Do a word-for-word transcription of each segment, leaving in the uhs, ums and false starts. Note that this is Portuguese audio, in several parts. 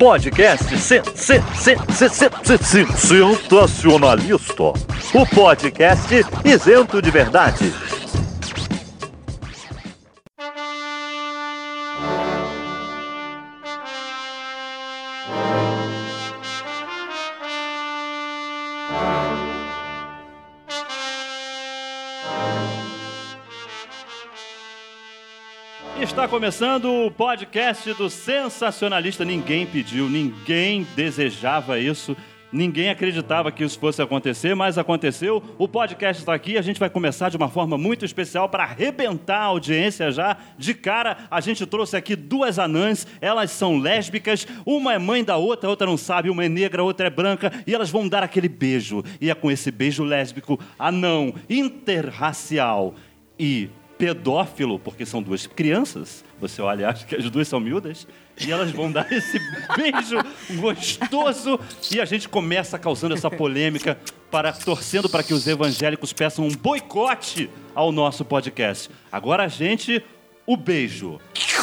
Podcast sen, sen, sen, sen, sen, sen, sensacionalista. O podcast isento de verdade. Está começando o podcast do Sensacionalista. Ninguém pediu, ninguém desejava isso, ninguém acreditava que isso fosse acontecer, mas aconteceu. O podcast está aqui, a gente vai começar de uma forma muito especial para arrebentar a audiência já. De cara, a gente trouxe aqui duas anãs, elas são lésbicas, uma é mãe da outra, a outra não sabe, uma é negra, a outra é branca, e elas vão dar aquele beijo. E é com esse beijo lésbico, anão, interracial e pedófilo, porque são duas crianças, você olha e acha que as duas são miúdas, e elas vão dar esse beijo gostoso, e a gente começa causando essa polêmica, para, torcendo para que os evangélicos peçam um boicote ao nosso podcast. Agora a gente, o beijo.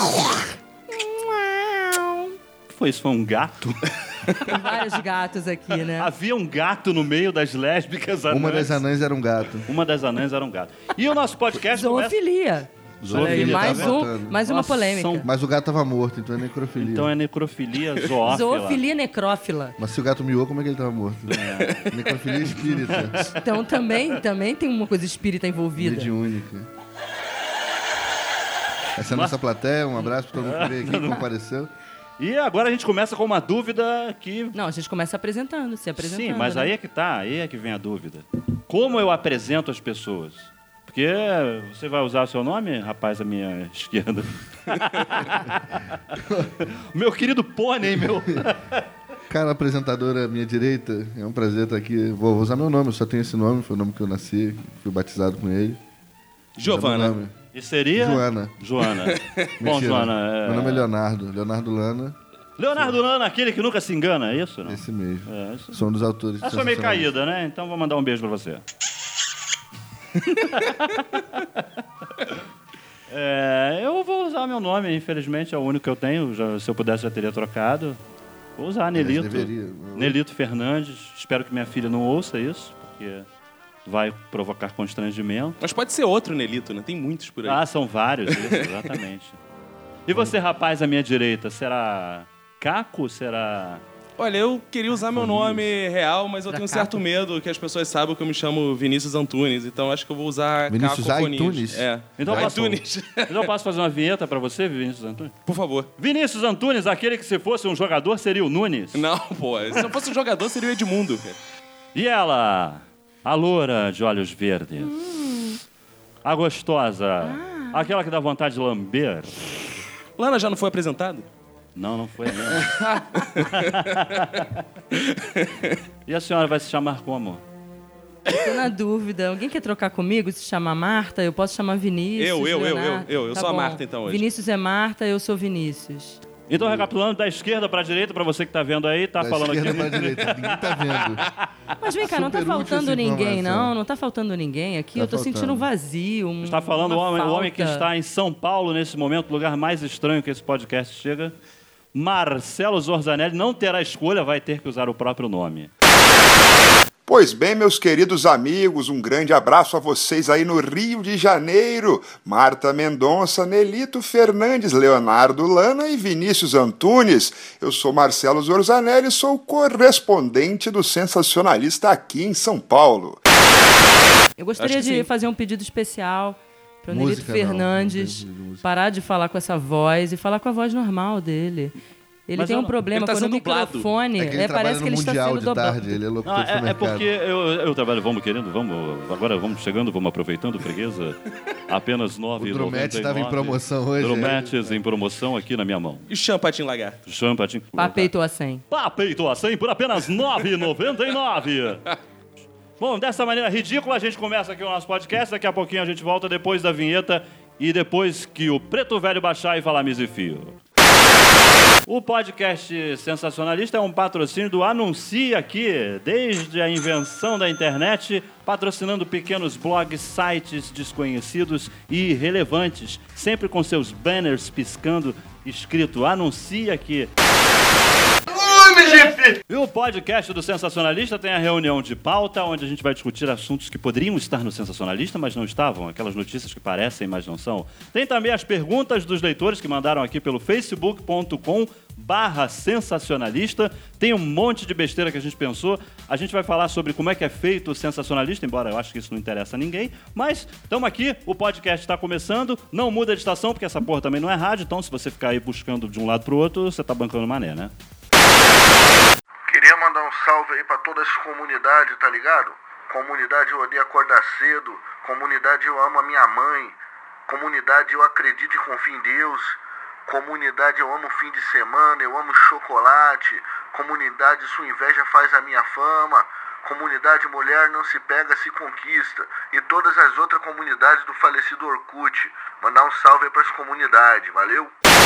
Foi isso? Foi um gato? Tem vários gatos aqui, né? Havia um gato no meio das lésbicas anãs. Uma das anãs era um gato. Uma das anãs era um gato. E o nosso podcast Zoofilia. Começa... Zoofilia. Mais, tá um, mais uma Nossa, polêmica. são... Mas o gato tava morto, então é necrofilia. Então é necrofilia zoófila. Zoofilia necrófila. Mas se o gato miou, como é que ele tava morto? É. Necrofilia espírita. Então também, também tem uma coisa espírita envolvida. Mediúnica. Essa é a nossa plateia. Um abraço pra todo mundo que veio aqui, que compareceu. E agora a gente começa com uma dúvida que... Não, a gente começa apresentando, se apresentando. Sim, mas né? aí é que tá, aí é que vem a dúvida. Como eu apresento as pessoas? Porque você vai usar o seu nome, rapaz, à minha esquerda? Meu querido pônei, meu... Cara, apresentadora à minha direita, é um prazer estar aqui. Vou usar meu nome, eu só tenho esse nome, foi o nome que eu nasci, fui batizado com ele. Giovana. E seria? Joana. Joana. Bom, Mentira. Joana... É... Meu nome é Leonardo, Leonardo Lana. Leonardo Lana, aquele que nunca se engana, é isso? Não? Esse mesmo. É, isso... Sou um dos autores. Essa foi meio caída, né? Então vou mandar um beijo pra você. é, eu vou usar meu nome, infelizmente é o único que eu tenho. Já, se eu pudesse, já teria trocado. Vou usar Nelito. Deveria. Nelito Fernandes. Espero que minha filha não ouça isso, porque vai provocar constrangimento. Mas pode ser outro Nelito, né? Tem muitos por aí. Ah, são vários, isso, exatamente. E você, rapaz, à minha direita, será Caco? Será... Olha, eu queria usar meu nome real, mas eu Pra tenho um Caco? certo medo que as pessoas saibam que eu me chamo Vinícius Antunes, então acho que eu vou usar Vinícius Cacofonias. Antunes? É. Então eu posso, Antunes. então eu posso fazer uma vinheta pra você, Vinícius Antunes? Por favor. Vinícius Antunes, aquele que se fosse um jogador seria o Nunes. Não, pô. Se eu fosse um jogador, seria o Edmundo, cara. E ela, a loura de olhos verdes. Hum. A gostosa. Ah. Aquela que dá vontade de lamber. Lana já não foi apresentado? Não, não foi mesmo. E a senhora vai se chamar como? Tô na dúvida. Alguém quer trocar comigo? Se chamar Marta? Eu posso chamar Vinícius? Eu, eu, eu, Leonardo? eu, eu. Eu Tá sou a bom. Marta, então, hoje. Vinícius é Marta, eu sou Vinícius. Então, recapitulando, da esquerda pra direita, pra você que tá vendo aí, tá Da falando aqui. esquerda pra direita, ninguém tá vendo. Mas vem cá, não tá Super útil faltando essa ninguém, informação. não? Não tá faltando ninguém aqui? Tá eu tô faltando. sentindo um vazio, um, Está falando o uma homem, o homem que falta. está em São Paulo nesse momento, o lugar mais estranho que esse podcast chega. Marcelo Zorzanelli não terá escolha, vai ter que usar o próprio nome. Pois bem, meus queridos amigos, um grande abraço a vocês aí no Rio de Janeiro. Marta Mendonça, Nelito Fernandes, Leonardo Lana e Vinícius Antunes. Eu sou Marcelo Zorzanelli, sou correspondente do Sensacionalista aqui em São Paulo. Eu gostaria Acho que de sim. fazer um pedido especial para o Nelito Música, não. Fernandes Não tem música. parar de falar com essa voz e falar com a voz normal dele. Ele Mas tem eu um não- problema ele tá quando o sendo dublado. microfone É que ele é, trabalha parece no que ele está Mundial sendo de dobrado. tarde, ele é locutor Não, de é, é mercado. porque eu, eu trabalho, vamos querendo, vamos, agora vamos chegando, vamos aproveitando, freguesa, apenas nove O e Dromete noventa e estava em nove. promoção hoje. Drometes em promoção aqui na minha mão. E Champatin Lagarto? Champatinho. Papeitou a cem. Papeitou a cem por apenas nove reais e noventa e nove centavos. Bom, dessa maneira ridícula, a gente começa aqui o nosso podcast. Daqui a pouquinho a gente volta depois da vinheta e depois que o Preto Velho baixar e falar Misifio. O podcast Sensacionalista é um patrocínio do Anuncia Aqui, desde a invenção da internet, patrocinando pequenos blogs, sites desconhecidos e irrelevantes, sempre com seus banners piscando escrito "Anuncie aqui". E o podcast do Sensacionalista tem a reunião de pauta, onde a gente vai discutir assuntos que poderiam estar no Sensacionalista, mas não estavam. Aquelas notícias que parecem, mas não são. Tem também as perguntas dos leitores que mandaram aqui pelo facebook ponto com barra sensacionalista. Tem um monte de besteira que a gente pensou. A gente vai falar sobre como é que é feito o Sensacionalista, embora eu acho que isso não interessa a ninguém. Mas estamos aqui, o podcast está começando. Não muda de estação, porque essa porra também não é rádio. Então, se você ficar aí buscando de um lado pro outro, você tá bancando mané, né? Queria mandar um salve aí pra toda essa comunidade, tá ligado? Comunidade eu odeio acordar cedo, comunidade eu amo a minha mãe, comunidade eu acredito e confio em Deus, comunidade eu amo fim de semana, eu amo chocolate, comunidade sua inveja faz a minha fama, comunidade mulher não se pega, se conquista, e todas as outras comunidades do falecido Orkut. Mandar um salve aí pra essa comunidade, valeu?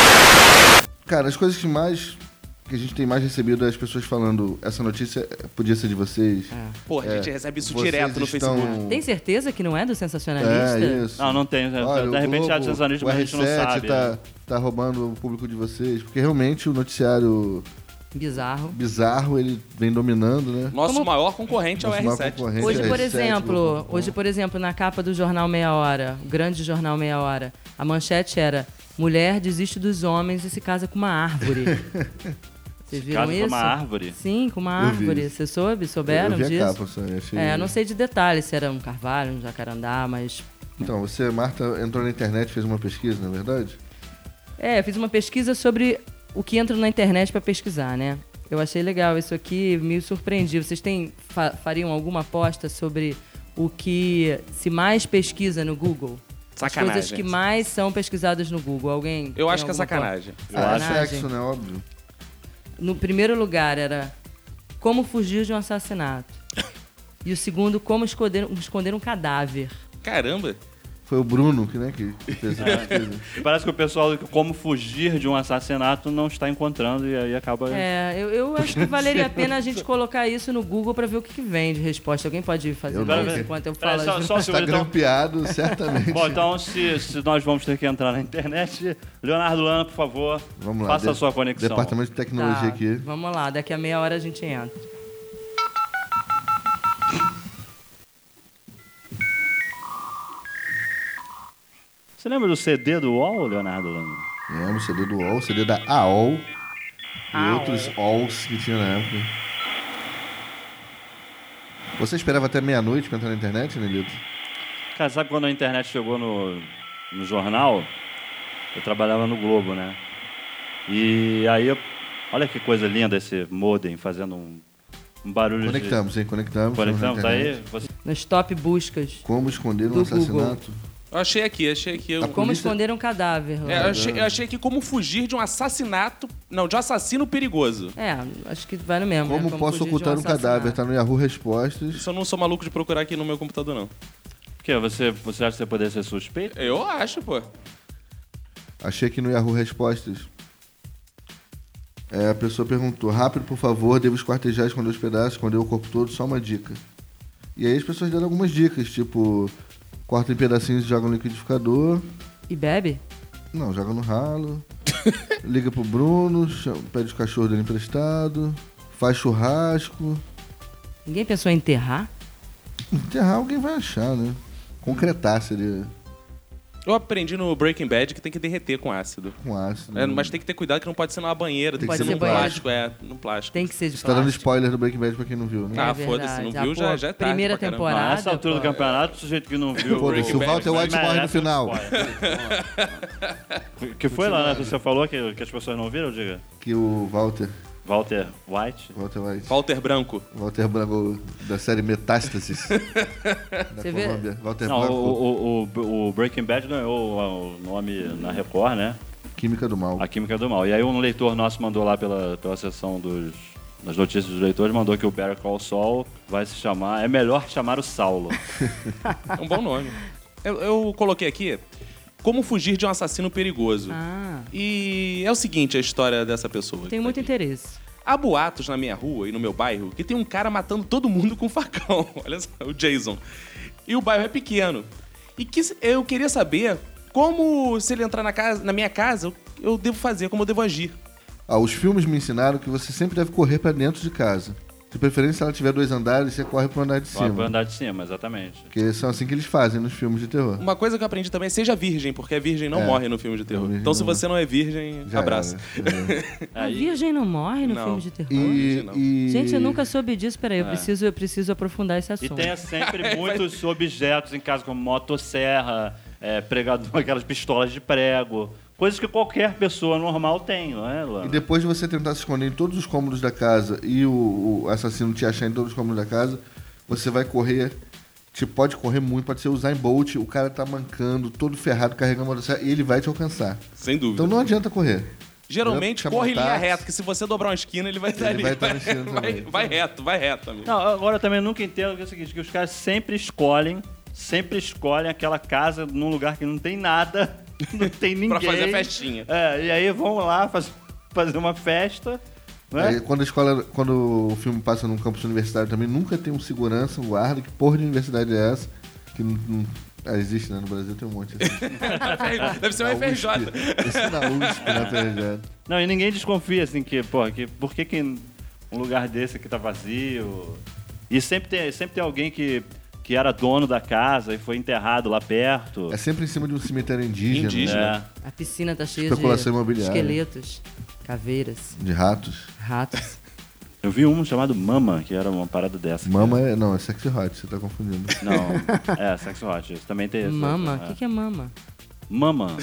Cara, as coisas que mais... que a gente tem mais recebido é as pessoas falando essa notícia podia ser de vocês. É. Porra, a gente É, recebe isso vocês direto no estão- Facebook. Tem certeza que não é do Sensacionalista? É, isso. Não, não tem. Olha, de o repente é Globo, de sensacionalismo, o mas a gente não R sete sabe. tá, tá roubando o público de vocês. Porque realmente o noticiário Bizarro. bizarro, ele vem dominando, né? Nosso Como- maior concorrente é o Nosso R maior sete. concorrente Hoje, é por R sete, exemplo, Globo. hoje, por exemplo, na capa do Jornal Meia Hora, o grande Jornal Meia Hora, a manchete era: mulher desiste dos homens e se casa com uma árvore. Vocês viram Casa isso? com uma árvore? Sim, com uma Eu vi árvore. isso. Você soube? Souberam Eu vi a disso? capa, só, achei... É, eu não sei de detalhes se era um carvalho, um jacarandá, mas... Então, você, Marta, entrou na internet e fez uma pesquisa, não é verdade? É, eu fiz uma pesquisa sobre o que entra na internet para pesquisar, né? Eu achei legal isso aqui, me surpreendi. Vocês têm, fa fariam alguma aposta sobre o que se mais pesquisa no Google? Sacanagem. As coisas que mais são pesquisadas no Google. Alguém? Eu tem acho que é alguma sacanagem. Eu ah, acho- sexo, né? Óbvio. No primeiro lugar era como fugir de um assassinato. E o segundo, como esconder, esconder um cadáver. Caramba. Foi o Bruno que, né, que fez a pesquisa. E parece que o pessoal, como fugir de um assassinato, não está encontrando e aí acaba... É, eu, eu acho que valeria a pena a gente colocar isso no Google para ver o que, que vem de resposta. Alguém pode fazer Eu não. isso enquanto eu Peraí, falo? só, as- só um Tá segundo, então. grampeado, certamente. Bom, então, se, se nós vamos ter que entrar na internet, Leonardo Lana, por favor, Vamos lá. faça a de- sua conexão. Departamento de Tecnologia Tá, aqui. vamos lá, daqui a meia hora a gente entra. Você lembra do C D do U O L, Leonardo Lana? É, o C D do U O L, o C D da A O L e A O L. outros O Ls que tinha na época. Você esperava até meia-noite pra entrar na internet, Nelito? Cara, sabe quando a internet chegou no, no jornal? Eu trabalhava no Globo, né? E aí, eu- olha que coisa linda esse modem fazendo um, um barulho Conectamos, hein? Conectamos. de... Conectamos, tá na aí? internet. Você... Nas top buscas. Como esconder um Do assassinato. Eu achei aqui, achei aqui. Eu, A Como polícia- esconder um cadáver. é, lá. eu, achei, eu achei aqui como fugir de um assassinato. Não, de um assassino perigoso. É, acho que vai no mesmo. Como, né? posso fugir de ocultar um, assassinato. cadáver? Tá no Yahoo Respostas. Isso eu não sou maluco de procurar aqui no meu computador, não. Por quê? Você, você acha que você poderia ser suspeito? Eu acho, pô. Achei aqui no Yahoo Respostas. É, a pessoa perguntou: rápido, por favor, devo esquartejar, esconder os pedaços, esconder o corpo todo, só uma dica. E aí as pessoas deram algumas dicas, tipo, corta em pedacinhos e joga no liquidificador. E bebe? Não, joga no ralo. Liga pro Bruno, chama- pede os cachorros dele emprestado. Faz churrasco. Ninguém pensou em enterrar? Enterrar alguém vai achar, né? Concretar seria Eu aprendi no Breaking Bad que tem que derreter com ácido. com ácido. É, mas tem que ter cuidado que não pode ser numa banheira, tem, Tem que que ser ser num banheiro. plástico, é, num plástico. Tem que ser de Você tá dando plástico. spoiler do Breaking Bad pra quem não viu, né? Ah, É foda-se, não verdade. viu, Ah, já- pô, já é tarde primeira pra caramba. Não, temporada. nessa altura do pô. campeonato, o sujeito que não viu... Foda-se, o Bad, Walter White morre no final. O que foi lá, né? Você falou que, que as pessoas não viram, diga? Que o Walter, Walter White. Walter White, Walter Branco. Walter Branco da série Metástases. da Você vê- Colômbia. Walter Não, Branco, o, o, o, o Breaking Bad ganhou o nome na Record, né? Química do Mal. A Química do Mal. E aí um leitor nosso mandou lá pela, pela sessão dos, das notícias dos leitores, mandou que o Better Call Saul vai se chamar... É melhor chamar o Saulo. É um bom nome. Eu, eu coloquei aqui como fugir de um assassino perigoso. Ah, E é o seguinte a história dessa pessoa. tenho muito interesse. Há boatos na minha rua e no meu bairro que tem um cara matando todo mundo com facão. Olha só, o Jason. E o bairro é pequeno. E que, eu queria saber como, se ele entrar na, casa, na minha casa, eu devo fazer, como eu devo agir. Ah, os filmes me ensinaram que você sempre deve correr pra dentro de casa. De preferência, se ela tiver dois andares, você corre pro andar de Corre cima. pro andar de cima, exatamente. Porque são assim que eles fazem nos filmes de terror. Uma coisa que eu aprendi também é seja virgem, porque a virgem não É, morre no filme de terror. virgem Então, se não você não é virgem, Já abraça. era, A Aí- virgem não morre no Não. filme de terror? E, Não. e... Gente, eu nunca soube disso. Peraí, eu, É. preciso, eu preciso aprofundar esse E assunto. tem sempre muitos objetos em casa, como motosserra, é, pregador, aquelas pistolas de prego. Coisas que qualquer pessoa normal tem, não é, Luana? E depois de você tentar se esconder em todos os cômodos da casa e o, o assassino te achar em todos os cômodos da casa, você vai correr. Te pode correr muito, pode ser usar em Bolt, o cara tá mancando, todo ferrado, carregando a motosserra, e ele vai te alcançar. Sem dúvida. Então não adianta correr. Geralmente, Chama corre em um linha táxi. reta, que se você dobrar uma esquina, ele vai estar Ele ali. vai estar na esquina vai, também. vai reto, vai reto, amigo. Não, agora eu também nunca entendo que é o seguinte, que os caras sempre escolhem, sempre escolhem aquela casa num lugar que não tem nada, não tem ninguém. Pra fazer festinha. É, e aí vão lá faz, fazer uma festa, né? Aí, quando a escola, quando o filme passa num campus universitário também, nunca tem um segurança, um guarda. Que porra de universidade é essa? Que não, não ah, existe, né? No Brasil tem um monte. Assim. Deve ser uma Na F R J. U S P. Isso na U S P, na F R J. Não, e ninguém desconfia, assim, que, porra, que, por que, que um lugar desse aqui tá vazio? E sempre tem, sempre tem alguém que, que era dono da casa e foi enterrado lá perto. É sempre em cima de um cemitério indígena, Indígena. É. A piscina tá cheia Especulação de imobiliária. esqueletos, caveiras, de ratos. ratos. Eu vi um chamado Mama, que era uma parada dessa. Mama é. Não, é sexy hot, você tá confundindo. Não, é, Sex Hot. Isso também tem isso. Mama? O É. que, que é mama? Mama.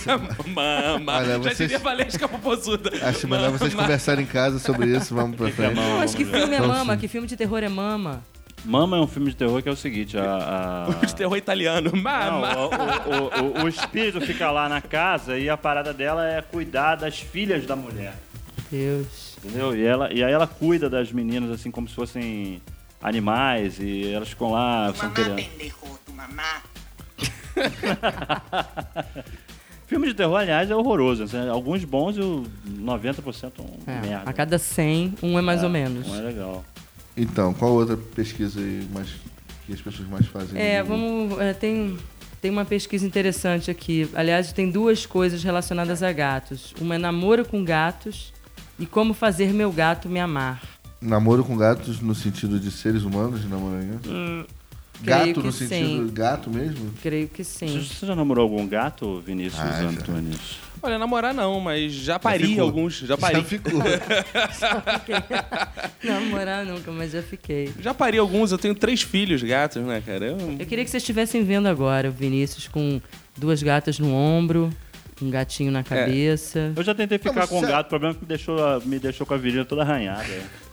Mama. Olha, Já vocês- diria Valesca Popozuda. Acho melhor vocês conversarem em casa sobre isso, vamos pra Que que é frente. mama? Não, mas que Vamos ver. filme é Então, mama? sim. Que filme de terror é mama? Mama é um filme de terror que é o seguinte, a... a... De terror italiano. Não, Mama. o, o, o, o espírito fica lá na casa e a parada dela é cuidar das filhas da mulher. Deus. Entendeu? E, ela, e aí ela cuida das meninas assim como se fossem animais e elas ficam lá, são crianças. Filme de terror, aliás, é horroroso. Assim, alguns bons e o noventa por cento um É, merda. a cada cem, um é mais ou menos. Não é legal. Então, qual outra pesquisa aí mais, que as pessoas mais fazem? É, no- vamos. é, tem, tem uma pesquisa interessante aqui. Aliás, tem duas coisas relacionadas a gatos. Uma é namoro com gatos e como fazer meu gato me amar. Namoro com gatos no sentido de seres humanos de namoramento? Hum, creio Gato que no sentido sim. gato mesmo? Creio que Você, sim. você já namorou algum gato, Vinícius Ah, já. Antunes? Olha, namorar não, mas já pari ficou. alguns. Já pari. Já ficou. Namorar nunca, mas já fiquei. Já pari alguns. Eu tenho três filhos gatos, né, cara? Eu... Eu queria que vocês estivessem vendo agora o Vinícius com duas gatas no ombro, um gatinho na cabeça. Eu já tentei ficar mas com um você- gato, o problema é que me deixou, a- me deixou com a virilha toda arranhada.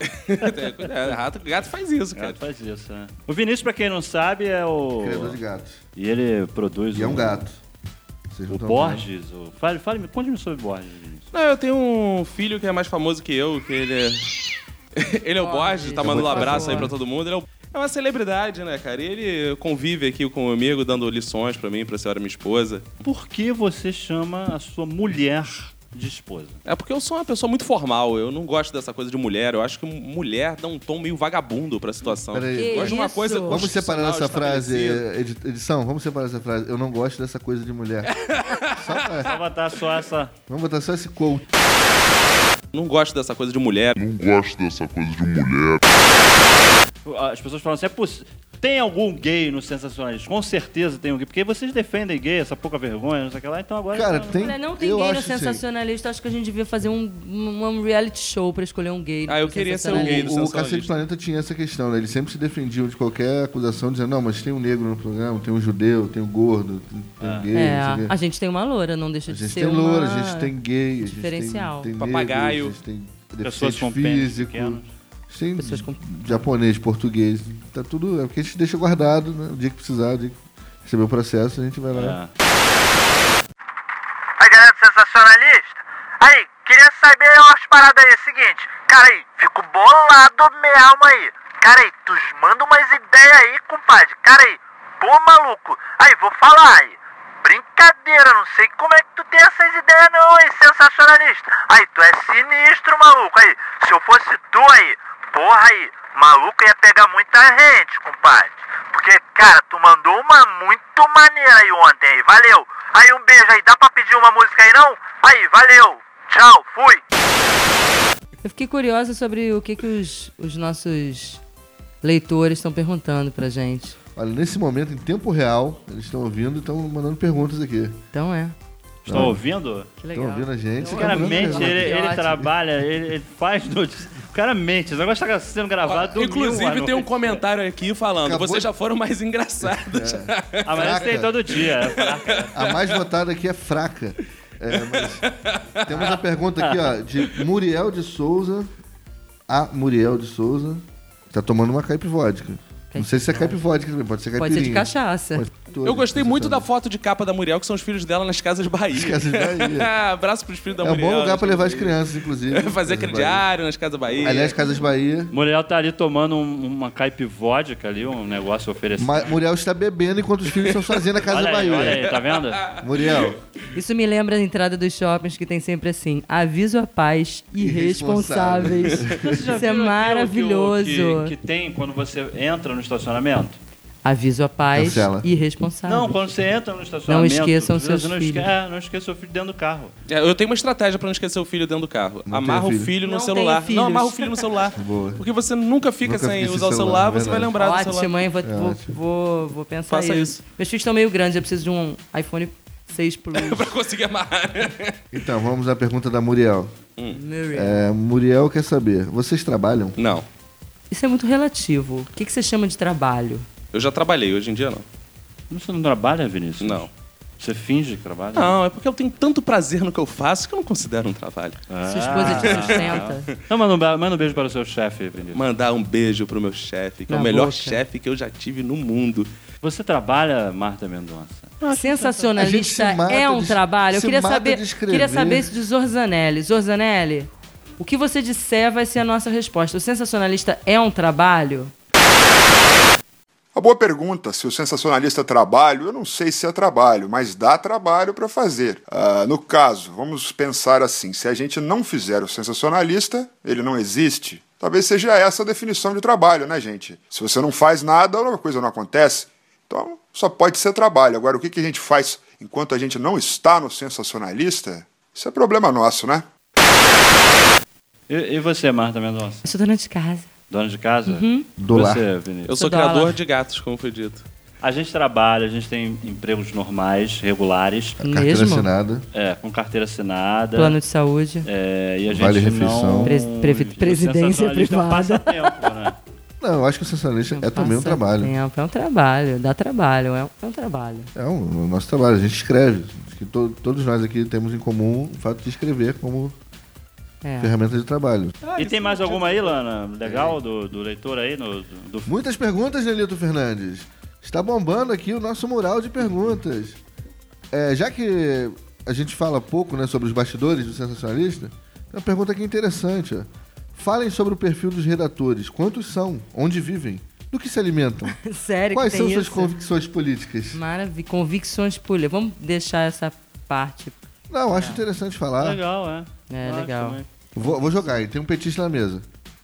É, rato, gato faz isso, O cara. gato faz isso, né? O Vinícius, pra quem não sabe, é o... Criador de gatos. E ele produz E é o- um gato. Vocês não O tão Borges. O... Fale, fale, conte-me sobre Borges, Vinícius. Não, eu tenho um filho que é mais famoso que eu, que ele é... ele é o Borges, tá mandando um abraço aí pra todo mundo. Ele é, o... é uma celebridade, né, cara? E ele convive aqui com o amigo, dando lições pra mim, pra senhora minha esposa. Por que você chama a sua mulher de esposa? É porque eu sou uma pessoa muito formal, eu não gosto dessa coisa de mulher. Eu acho que mulher dá um tom meio vagabundo pra situação. Peraí, Eu gosto de uma isso? coisa Vamos separar essa constitucional, frase, estabelecida. edi- edição, vamos separar essa frase. Eu não gosto dessa coisa de mulher. Só pra- Só botar só essa... Vamos botar só esse quote. Não gosto dessa coisa de mulher. Não gosto dessa coisa de mulher. As pessoas falam assim, é poss... tem algum gay no sensacionalismo? Com certeza tem um gay. Porque vocês defendem gay, essa pouca vergonha, não sei o que lá. Então agora... Cara, não- tem. Olha, não tem eu gay no acho, assim, sensacionalista. Acho que a gente devia fazer um, um, um reality show pra escolher um gay. Ah, eu pro queria ser um gay do O, o sensacionalista. Cacete Planeta tinha essa questão, né? Eles sempre se defendiam de qualquer acusação, dizendo, não, mas tem um negro no programa, tem um judeu, tem um gordo, tem, tem um gay, É, não sei o quê. a gente tem uma loura, não deixa A de gente ser tem loura, uma... a gente tem gay, a gente diferencial. tem, tem Papagaio. negro, a gente tem Pessoas deficiente com pênis físico, pequenos. tem Pessoas com- japonês, português, tá tudo, é porque a gente deixa guardado, né? O dia que precisar, o dia que receber o processo, a gente vai lá. É. Aí, galera do sensacionalista. Aí, queria saber umas paradas aí. Seguinte, cara aí, fico bolado mesmo aí. Cara aí, tu manda umas ideias aí, compadre. Cara aí, pô, maluco. Aí, vou falar aí. Brincadeira, não sei como é que tu tem essas ideias não, hein, sensacionalista. Aí, tu é sinistro, maluco. Aí, se eu fosse tu aí, porra aí, maluco ia pegar muita gente, compadre. Porque, cara, tu mandou uma muito maneira aí ontem aí, valeu. Aí, um beijo aí. Dá pra pedir uma música aí, não? Aí, valeu. Tchau, fui. Eu fiquei curiosa sobre o que, que os, os nossos leitores estão perguntando pra gente. Olha, nesse momento, em tempo real, eles estão ouvindo e estão mandando perguntas aqui. Então é. Estão Não. ouvindo? Que Estão legal. ouvindo a gente. Então, tá O cara mandando mente, pergunta. ele, ele ótimo. trabalha, ele, ele faz notícias. O cara mente, esse negócio tá sendo gravado domingo à Inclusive, tem um noite. comentário aqui falando: Acabou vocês de- já foram mais engraçados. Ah, mas isso tem Fraca. todo dia. É fraca. A mais votada aqui é fraca. É, mas temos a pergunta aqui, ó, de Muriel de Souza. A Muriel de Souza tá tomando uma caipivódica. Não sei se é caipivódica também, pode ser Pode caipirinha. ser de cachaça. Pode ser todas, Eu gostei muito da todas. foto de capa da Muriel, que são os filhos dela nas casas Bahia. As Casas Bahia. Abraço pros filhos da É um Muriel. bom lugar pra levar as Bahia. crianças, inclusive. Fazer Casas aquele Bahia. diário nas casas Bahia. Aliás, Casas Bahia. Muriel tá ali tomando um- uma caipivódica ali, um negócio oferecido. Ma- Muriel está bebendo enquanto os filhos estão sozinhos na Casa olha aí, Bahia. olha aí, tá vendo? Muriel, Isso me lembra a entrada dos shoppings que tem sempre assim: aviso a pais irresponsáveis. Irresponsáveis. Já Isso é viu aquilo maravilhoso. Que, o- que, que tem quando você entra no estacionamento? Aviso a pais Cancela. irresponsáveis. Não, quando você entra no estacionamento... Não esqueçam você seus não filhos. Esque... É, não esqueça seu filho dentro do carro. É, eu tenho uma estratégia pra não esquecer o filho dentro do carro. Não Amarra tenho o filho. filho no Não celular. tenho Não, filhos. amarra o filho no celular. Boa. Porque você nunca fica Nunca sem fica sem usar o celular, celular, você vai verdade. lembrar do Ótimo, celular. mãe, vou, vou, ótimo. vou, vou pensar Faça isso. isso. Meus filhos estão meio grandes, eu preciso de um iPhone seis Plus. pra conseguir amarrar. então vamos à pergunta da Muriel. Muriel. É, Muriel quer saber, vocês trabalham? Não. Isso é muito relativo. O que, que você chama de trabalho? Eu já trabalhei, hoje em dia não. Você não trabalha, Vinícius? Não. Você finge que trabalha? Não, é porque eu tenho tanto prazer no que eu faço que eu não considero um trabalho. Sua esposa te sustenta? Então manda um, be- manda um beijo para o seu chefe, Vinícius. Mandar um beijo pro meu chefe, que é Na o melhor boca. chefe que eu já tive no mundo. Você trabalha, Marta Mendonça? Sensacionalista A gente se mata é um de- trabalho. Eu se queria mata saber, de escrever. queria saber isso de Zorzanelli. Zorzanelli, o que você disser vai ser a nossa resposta. O sensacionalista é um trabalho? Uma boa pergunta. Se o sensacionalista é trabalho, eu não sei se é trabalho, mas dá trabalho para fazer. Ah, no caso, vamos pensar assim: se a gente não fizer o sensacionalista, ele não existe. Talvez seja essa a definição de trabalho, né, gente? Se você não faz nada, a coisa não acontece. Então, só pode ser trabalho. Agora, o que que a gente faz enquanto a gente não está no sensacionalista? Isso é problema nosso, né? E, e você, Marta Mendonça? Eu sou dona de casa. Dona de casa? Do lar. Você, Vinícius? Eu sou Sou dólar. criador de gatos, como foi dito. A gente trabalha, a gente tem empregos normais, regulares, Carteira Mesmo? assinada. é, com carteira assinada. Plano de saúde. É, e a gente Vale refeição. não... Pres- previ- o presidência sensacionalista é um privada. passatempo, né? Não, eu acho que o sensacionalista é também um Passa trabalho. tempo. É um trabalho, dá trabalho, é um, é um trabalho. É um, o nosso trabalho, a gente escreve. Acho que to- todos nós aqui temos em comum o fato de escrever como É. ferramenta de trabalho. E tem mais alguma aí, Lana? Legal do, do leitor aí? No, do, do- Muitas perguntas, Nelito Fernandes. Está bombando aqui o nosso mural de perguntas. É, já que a gente fala pouco, né, sobre os bastidores do sensacionalista, tem uma pergunta aqui interessante. Ó. Falem sobre o perfil dos redatores. Quantos são? Onde vivem? Do que se alimentam? Sério Quais que são tem suas isso? convicções políticas? Maravilha. Convicções políticas. Vamos deixar essa parte. Não, acho interessante falar. Legal, é. É, Eu acho legal. também. Vou, vou jogar aí. Tem um petista na mesa.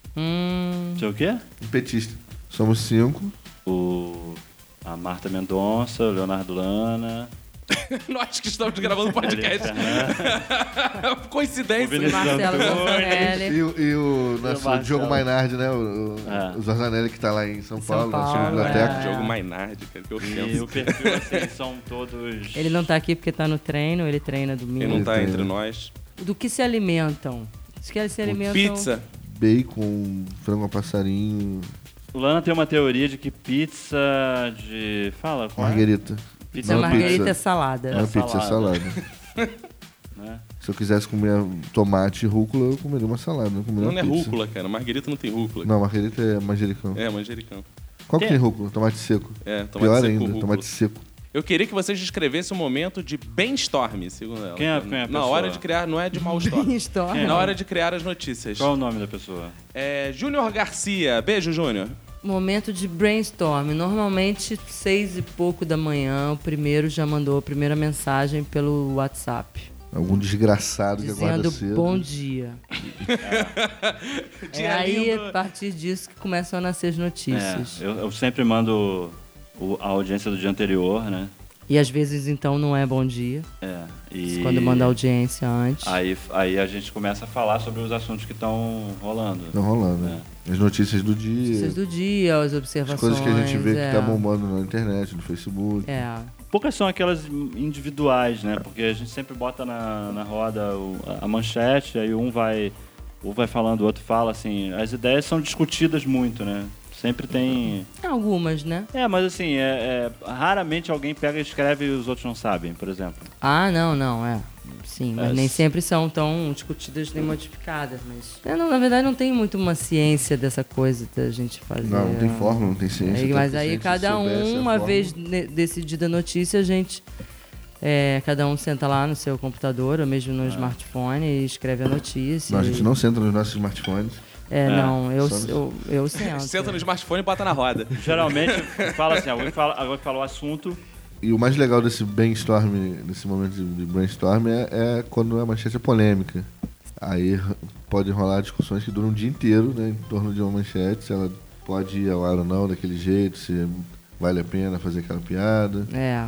Hum, Sei o quê? Um petista. Somos cinco. O, a Marta Mendonça, o Leonardo Lana, Nós que estamos gravando Eliane podcast. Fernandes, o Coincidência. Vinícius Marcelo Antunes. Zanzanelli. E, o- e o nosso Marcelo. Diogo Mainardi, né? O, o, É. o Zorzanelli que tá lá em São São Paulo, na sua Paulo, biblioteca. é. Diogo Mainardi, cara, que E ofensa. o perfil, assim, são todos... Ele não tá aqui porque tá no treino, ele treina domingo. Quem não tá Ele entre tem- nós. Do que se alimentam? Diz que eles se alimentam... Pizza. Bacon, frango a passarinho, O Lana tem uma teoria de que pizza de... Fala, qual é? marguerita. Pizza Não, margarita pizza. é salada. Não é pizza, é salada. salada. Né? Se eu quisesse comer tomate e rúcula, eu comeria uma salada. Não, comeria Não uma é pizza. rúcula, cara. Marguerita não tem rúcula. Não, margarita é manjericão. É, manjericão. Qual que Tem. tem rúcula? Tomate seco. É, tomate Pior seco ainda, com rúcula. tomate seco. Eu queria que vocês descrevessem um momento de brainstorm, segundo ela. Quem é- quem é a Na pessoa? hora de criar, não é de mau storm. História. Na hora de criar as notícias. Qual é o nome da pessoa? É, Júnior Garcia. Beijo, Júnior. Momento de brainstorm. Normalmente, seis e pouco da manhã, o primeiro já mandou a primeira mensagem pelo WhatsApp. Algum desgraçado que acorda Dizendo cedo. bom dia. É Dia aí, lindo. a partir disso, que começam a nascer as É, notícias. eu, eu sempre mando o- a audiência do dia anterior, né? E às vezes, então, não é bom dia. É. E quando manda audiência antes. Aí, aí a gente começa a falar sobre os assuntos que estão rolando. Estão rolando, né? É. As notícias do dia. Notícias do dia, as observações. As coisas que a gente vê é. que tá bombando na internet, no Facebook. É. Poucas são aquelas individuais, né? Porque a gente sempre bota na, na roda o, a manchete, aí um vai, um vai falando, o outro fala, assim. As ideias são discutidas muito, né? Sempre tem... Algumas, né? É, mas assim, é, é, raramente alguém pega e escreve e os outros não sabem, por exemplo. Ah, não, não, é. Sim, mas É, nem sempre são tão discutidas nem modificadas. Mas, é, não, na verdade, não tem muito uma ciência dessa coisa da gente fazer. Não, não tem fórmula, não tem ciência. Aí, mas aí se cada soubesse um, a uma fórmula. vez ne- decidida a notícia, a gente... É, cada um senta lá no seu computador ou mesmo no smartphone e escreve a notícia. Não, a e- gente não senta nos nossos smartphones. É, É, não, eu, só no- eu, eu sento. Senta no smartphone e bota na roda. Geralmente, fala assim, alguém fala, alguém fala o assunto, E o mais legal desse brainstorm, desse momento de de brainstorm, é, é quando a manchete é polêmica. Aí r- pode rolar discussões que duram um dia inteiro, né, em torno de uma manchete, se ela pode ir ao ar ou não daquele jeito, se vale a pena fazer aquela piada. É.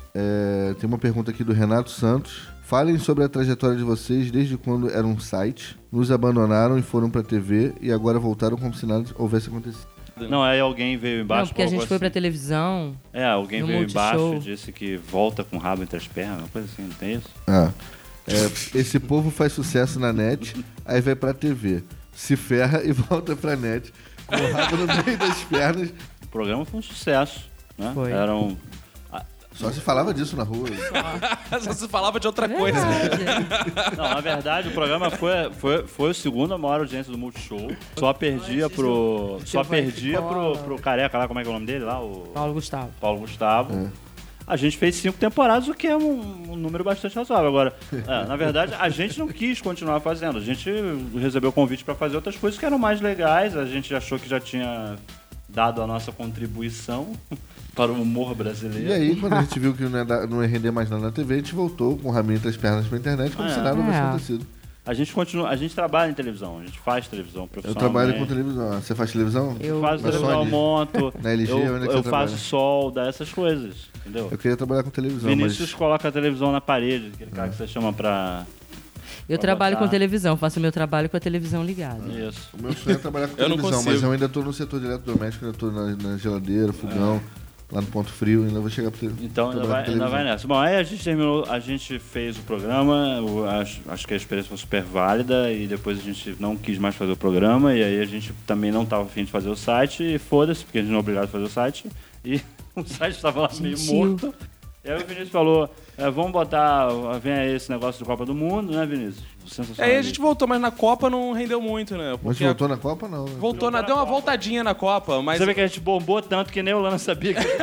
É, tem uma pergunta aqui do Renato Santos. Falem sobre a trajetória de vocês desde quando era um site, nos abandonaram e foram pra T V e agora voltaram como se nada houvesse acontecido. não, aí alguém veio embaixo... Não, porque a gente colocou foi pra assim- televisão. É, alguém no veio embaixo Multishow. e disse que volta com o rabo entre as pernas, uma coisa assim, não tem isso? Ah, é, esse povo faz sucesso na net, aí vai pra T V, se ferra e volta pra net, com o rabo no meio das pernas. O programa foi um sucesso, né? Foi. Eram... Só se falava disso na rua. Só se falava de outra É coisa. verdade. Não, na verdade, o programa foi, foi, foi o segundo maior audiência do Multishow. Só perdia pro... Só perdia pro, pro careca lá, como é que é o nome dele lá? O Paulo Gustavo. Paulo Gustavo. É. A gente fez cinco temporadas, o que é um, um número bastante razoável. Agora, é, na verdade, a gente não quis continuar fazendo. A gente recebeu o convite para fazer outras coisas que eram mais legais. A gente achou que já tinha dado a nossa contribuição para o humor brasileiro. E aí, quando a gente viu que não ia, dar- não ia render mais nada na T V, a gente voltou com o rabinho entre as pernas pra internet, como É. se nada houvesse É. acontecido. A gente continua, a gente trabalha em televisão, a gente faz televisão Eu profissionalmente. trabalho com televisão. Você faz televisão? Eu- Faço Na televisão, Sony? monto, Na L G, eu, onde é que eu você faço trabalha? solda, essas coisas, entendeu? Eu queria trabalhar com televisão, Vinícius mas... coloca a televisão na parede, aquele cara que você chama pra... Eu Pra trabalho botar. com televisão, faço meu trabalho com a televisão ligada. Isso. O meu sonho é trabalhar com Eu não televisão, consigo. mas eu ainda tô no setor de eletrodoméstico, ainda tô na, na geladeira, fogão, lá no ponto frio, ainda vou chegar pra tele- Então ainda trabalhar vai, com ainda televisão. vai nessa. Bom, aí a gente terminou, a gente fez o programa, o- acho, acho que a experiência foi super válida e depois a gente não quis mais fazer o programa e aí a gente também não estava afim de fazer o site e foda-se, porque a gente não é obrigado a fazer o site e o site estava lá meio Gentil. morto. E aí o Vinícius falou, é, vamos botar, vem aí esse negócio de Copa do Mundo, né, Vinícius? Sensacional. Aí a gente voltou, mas na Copa não rendeu muito, né? Mas Porque voltou na Copa, não. Né? voltou na, deu uma voltadinha na Copa, mas, Você vê que a gente bombou tanto que nem o Lana sabia que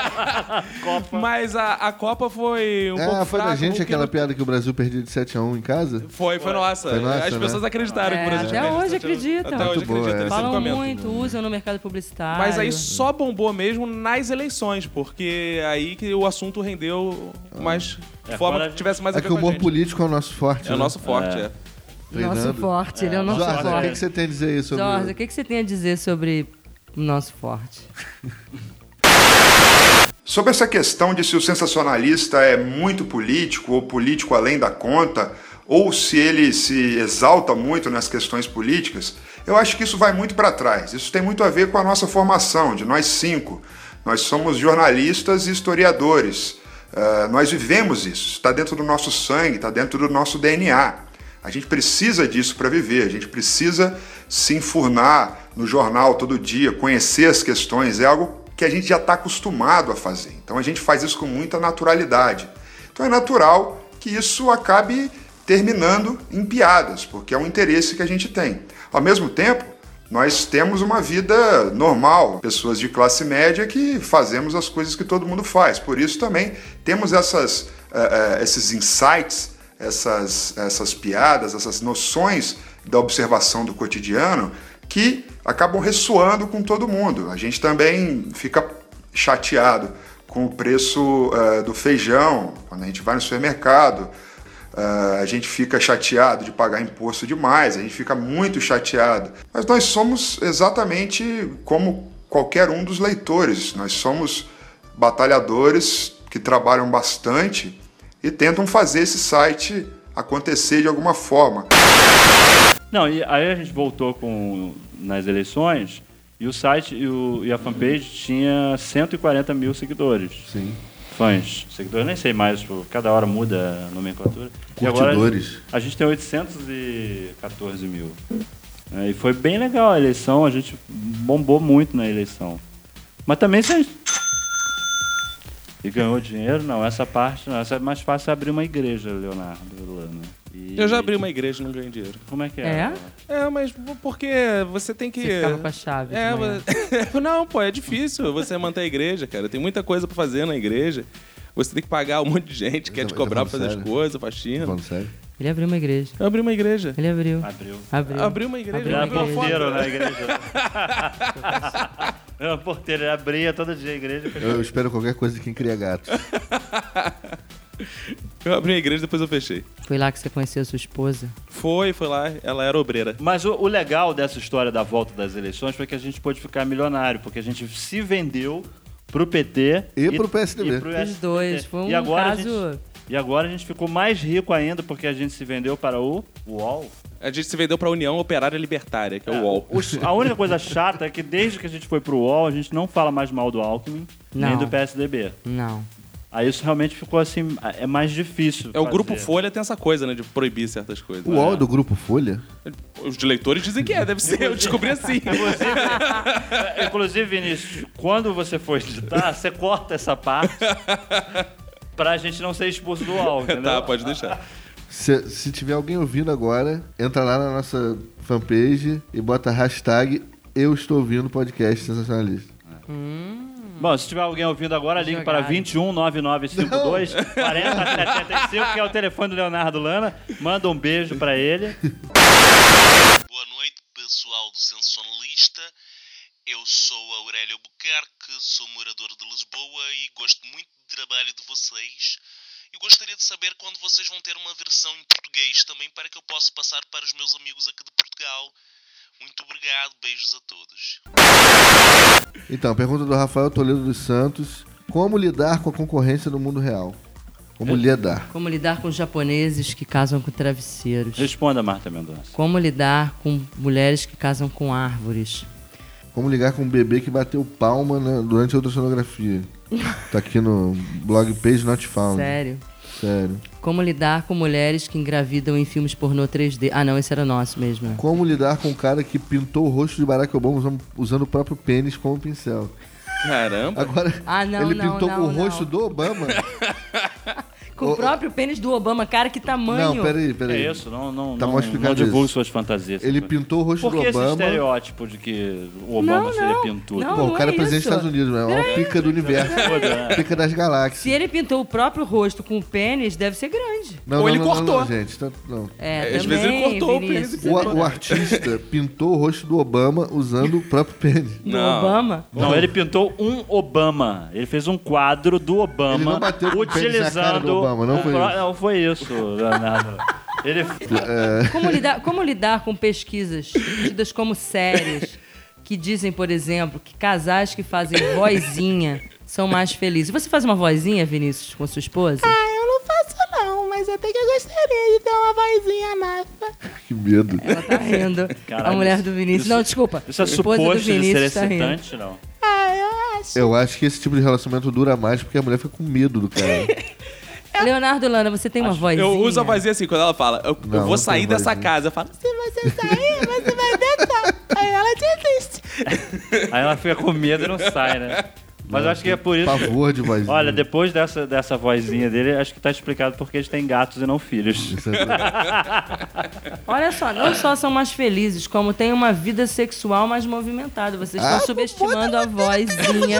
Copa. mas a, a Copa foi um Ah, pouco foi fraca. da gente porque aquela não- piada que o Brasil perdia de sete a um em casa? Foi, foi nossa. Foi nossa, As né? pessoas acreditaram que o É, Brasil até tinha hoje perdido sete a um. acreditam. Até hoje Muito boa, acreditam, é. sempre Falam comentam. muito, usam no mercado publicitário. Mas aí só bombou mesmo nas eleições, porque aí que o assunto rendeu mais É, forma fora- que tivesse mais a É ver que o com a humor gente. político é o nosso forte. É o né? nosso forte, É. é. Nosso treinando. forte, ele é o nosso Jorge, o que, forte. que você tem a dizer aí sobre... Jorge, o que, que você tem a dizer sobre o nosso forte? Sobre essa questão de se o sensacionalista é muito político ou político além da conta, ou se ele se exalta muito nas questões políticas, eu acho que isso vai muito para trás. Isso tem muito a ver com a nossa formação, de nós cinco. Nós somos jornalistas e historiadores. Uh, nós vivemos isso, está dentro do nosso sangue, está dentro do nosso D N A. A gente precisa disso para viver, a gente precisa se enfurnar no jornal todo dia, conhecer as questões, é algo que a gente já está acostumado a fazer. Então a gente faz isso com muita naturalidade. Então é natural que isso acabe terminando em piadas, porque é um interesse que a gente tem. Ao mesmo tempo, nós temos uma vida normal, pessoas de classe média que fazemos as coisas que todo mundo faz. Por isso também temos essas, uh, uh, esses insights, essas, essas piadas, essas noções da observação do cotidiano que acabam ressoando com todo mundo. A gente também fica chateado com o preço uh, do feijão quando a gente vai no supermercado. Uh, a gente fica chateado de pagar imposto demais, a gente fica muito chateado. Mas nós somos exatamente como qualquer um dos leitores. Nós somos batalhadores que trabalham bastante e tentam fazer esse site acontecer de alguma forma. Não, e aí a gente voltou com, nas eleições e o site e, o, e a fanpage tinha cento e quarenta mil seguidores. Sim. Fãs. Seguidores, nem sei mais, tipo, cada hora muda a nomenclatura. Curtidores. E agora a gente tem oitocentos e quatorze mil. É, e foi bem legal a eleição, a gente bombou muito na eleição. Mas também se a gente... E ganhou dinheiro? Não, essa parte não. Essa é mais fácil abrir uma igreja, Leonardo Lana. E... Eu já abri uma igreja e não ganhei dinheiro. Como é que é? É? É, mas porque você tem que... Você ficava com a chave. É, de manhã. mas- não, pô, é difícil você manter a igreja, cara. Tem muita coisa pra fazer na igreja. Você tem que pagar um monte de gente, quer te tá cobrar pra falando fazer as sério? coisas, faxina. Falando sério? Ele abriu uma igreja. Eu abri uma igreja. Ele abriu. Abriu. Abriu. Abri uma igreja. Ele era Abriu uma igreja. porteiro na igreja. Era porteiro, ele abria todo dia a igreja. Eu espero qualquer coisa de quem cria gatos. Eu abri uma igreja e depois eu fechei. Foi lá que você conheceu a sua esposa? Foi, foi lá. Ela era obreira. Mas o, o legal dessa história da volta das eleições foi que a gente pôde ficar milionário, porque a gente se vendeu pro P T E pro P S D B. e pro Os S D B. dois. Foi um e agora a caso... gente, e agora a gente ficou mais rico ainda porque a gente se vendeu para o U O L. A gente se vendeu pra União Operária Libertária, que é, o U O L. Os- a única coisa chata é que desde que a gente foi pro U O L, a gente não fala mais mal do Alckmin, nem Não. do P S D B. Não. Aí isso realmente ficou assim, é mais difícil. É, o fazer. Grupo Folha tem essa coisa, né, de proibir certas coisas. O U O L é do Grupo Folha? Os leitores dizem que é, deve ser. Eu descobri assim. Inclusive, Vinícius, quando você for editar, você corta essa parte pra gente não ser expulso do U O L, entendeu? Tá, pode deixar. Se, se tiver alguém ouvindo agora, entra lá na nossa fanpage e bota a hashtag Eu Estou Ouvindo Podcast Sensacionalista. Bom, se tiver alguém ouvindo agora, ligue para Jogado. vinte e um, nove nove cinco dois, quarenta, setenta e cinco, que é o telefone do Leonardo Lana. Manda um beijo pra ele. Boa noite, pessoal do Sensacionalista. Eu sou Aurélio Albuquerque, sou morador de Lisboa e gosto muito do trabalho de vocês. E gostaria de saber quando vocês vão ter uma versão em português também para que eu possa passar para os meus amigos aqui de Portugal. Muito obrigado, beijos a todos. Então, pergunta do Rafael Toledo dos Santos. Como lidar com a concorrência no mundo real? Como lidar? Como lidar com japoneses que casam com travesseiros? Responda, Marta Mendonça. Como lidar com mulheres que casam com árvores? Como ligar com um bebê que bateu palma na- durante a ultrassonografia? Tá aqui no blog Page Not Found. Sério? Sério. Como lidar com mulheres que engravidam em filmes pornô três D? Ah, não, esse era nosso mesmo. Como lidar com um cara que pintou o rosto de Barack Obama usando, usando o próprio pênis como pincel? Caramba. Agora, Ah, não, ele não, pintou não, o rosto não. do Obama? Com Ô, o próprio pênis do Obama, cara, que tamanho! Não, peraí, peraí. É isso, não, não, Tá não, mal explicado não divulgue isso. suas fantasias. Ele pintou o rosto Por do que esse Obama. estereótipo de que o Obama Não, seria não, pintudo? não. Pô, o cara é é presidente isso. dos Estados Unidos, não é uma pica do universo. Foda, né? Pica das Se galáxias. ele pintou o próprio rosto com o pênis, deve ser grande. Não, Ou não, ele não, cortou. Não, não, gente. tá- não. É, Às também, vezes ele cortou o Vinícius. pênis e O, o artista pintou o rosto do Obama usando o próprio pênis. Do Não. Obama? Não, ele pintou um Obama. Ele fez um quadro do Obama. Ele não bateu com o pênis na utilizando cara do Obama, não o foi pró- isso. Não foi isso, Leonardo. Ele Como lidar, como lidar com pesquisas tidas como sérias que dizem, por exemplo, que casais que fazem vozinha são mais felizes? Você faz uma vozinha, Vinícius, com sua esposa? Eu não faço não, mas até que eu gostaria de ter uma vozinha massa. Que medo. Ela tá rindo. Caralho, a mulher isso- do Vinícius. isso- não, desculpa. Isso é a esposa do suposto de ser Vinícius tá rindo. excitante, não? Ah, eu acho. Eu acho que esse tipo de relacionamento dura mais porque a mulher fica com medo do cara. Leonardo Lana, você tem uma vozinha? Eu uso a vozinha assim, quando ela fala, eu, eu Não, vou não sair tem dessa vozinha. casa. Eu falo, Se você sair, você vai tentar. Aí ela desiste. Aí ela fica com medo e não sai, né? Mas eu acho que é por isso. Pavor de vozinha. Olha, depois dessa, dessa vozinha dele, acho que tá explicado porque eles têm gatos e não filhos. Isso é- Olha só, não só são mais felizes, como têm uma vida sexual mais movimentada. Vocês estão Ah, subestimando a vozinha.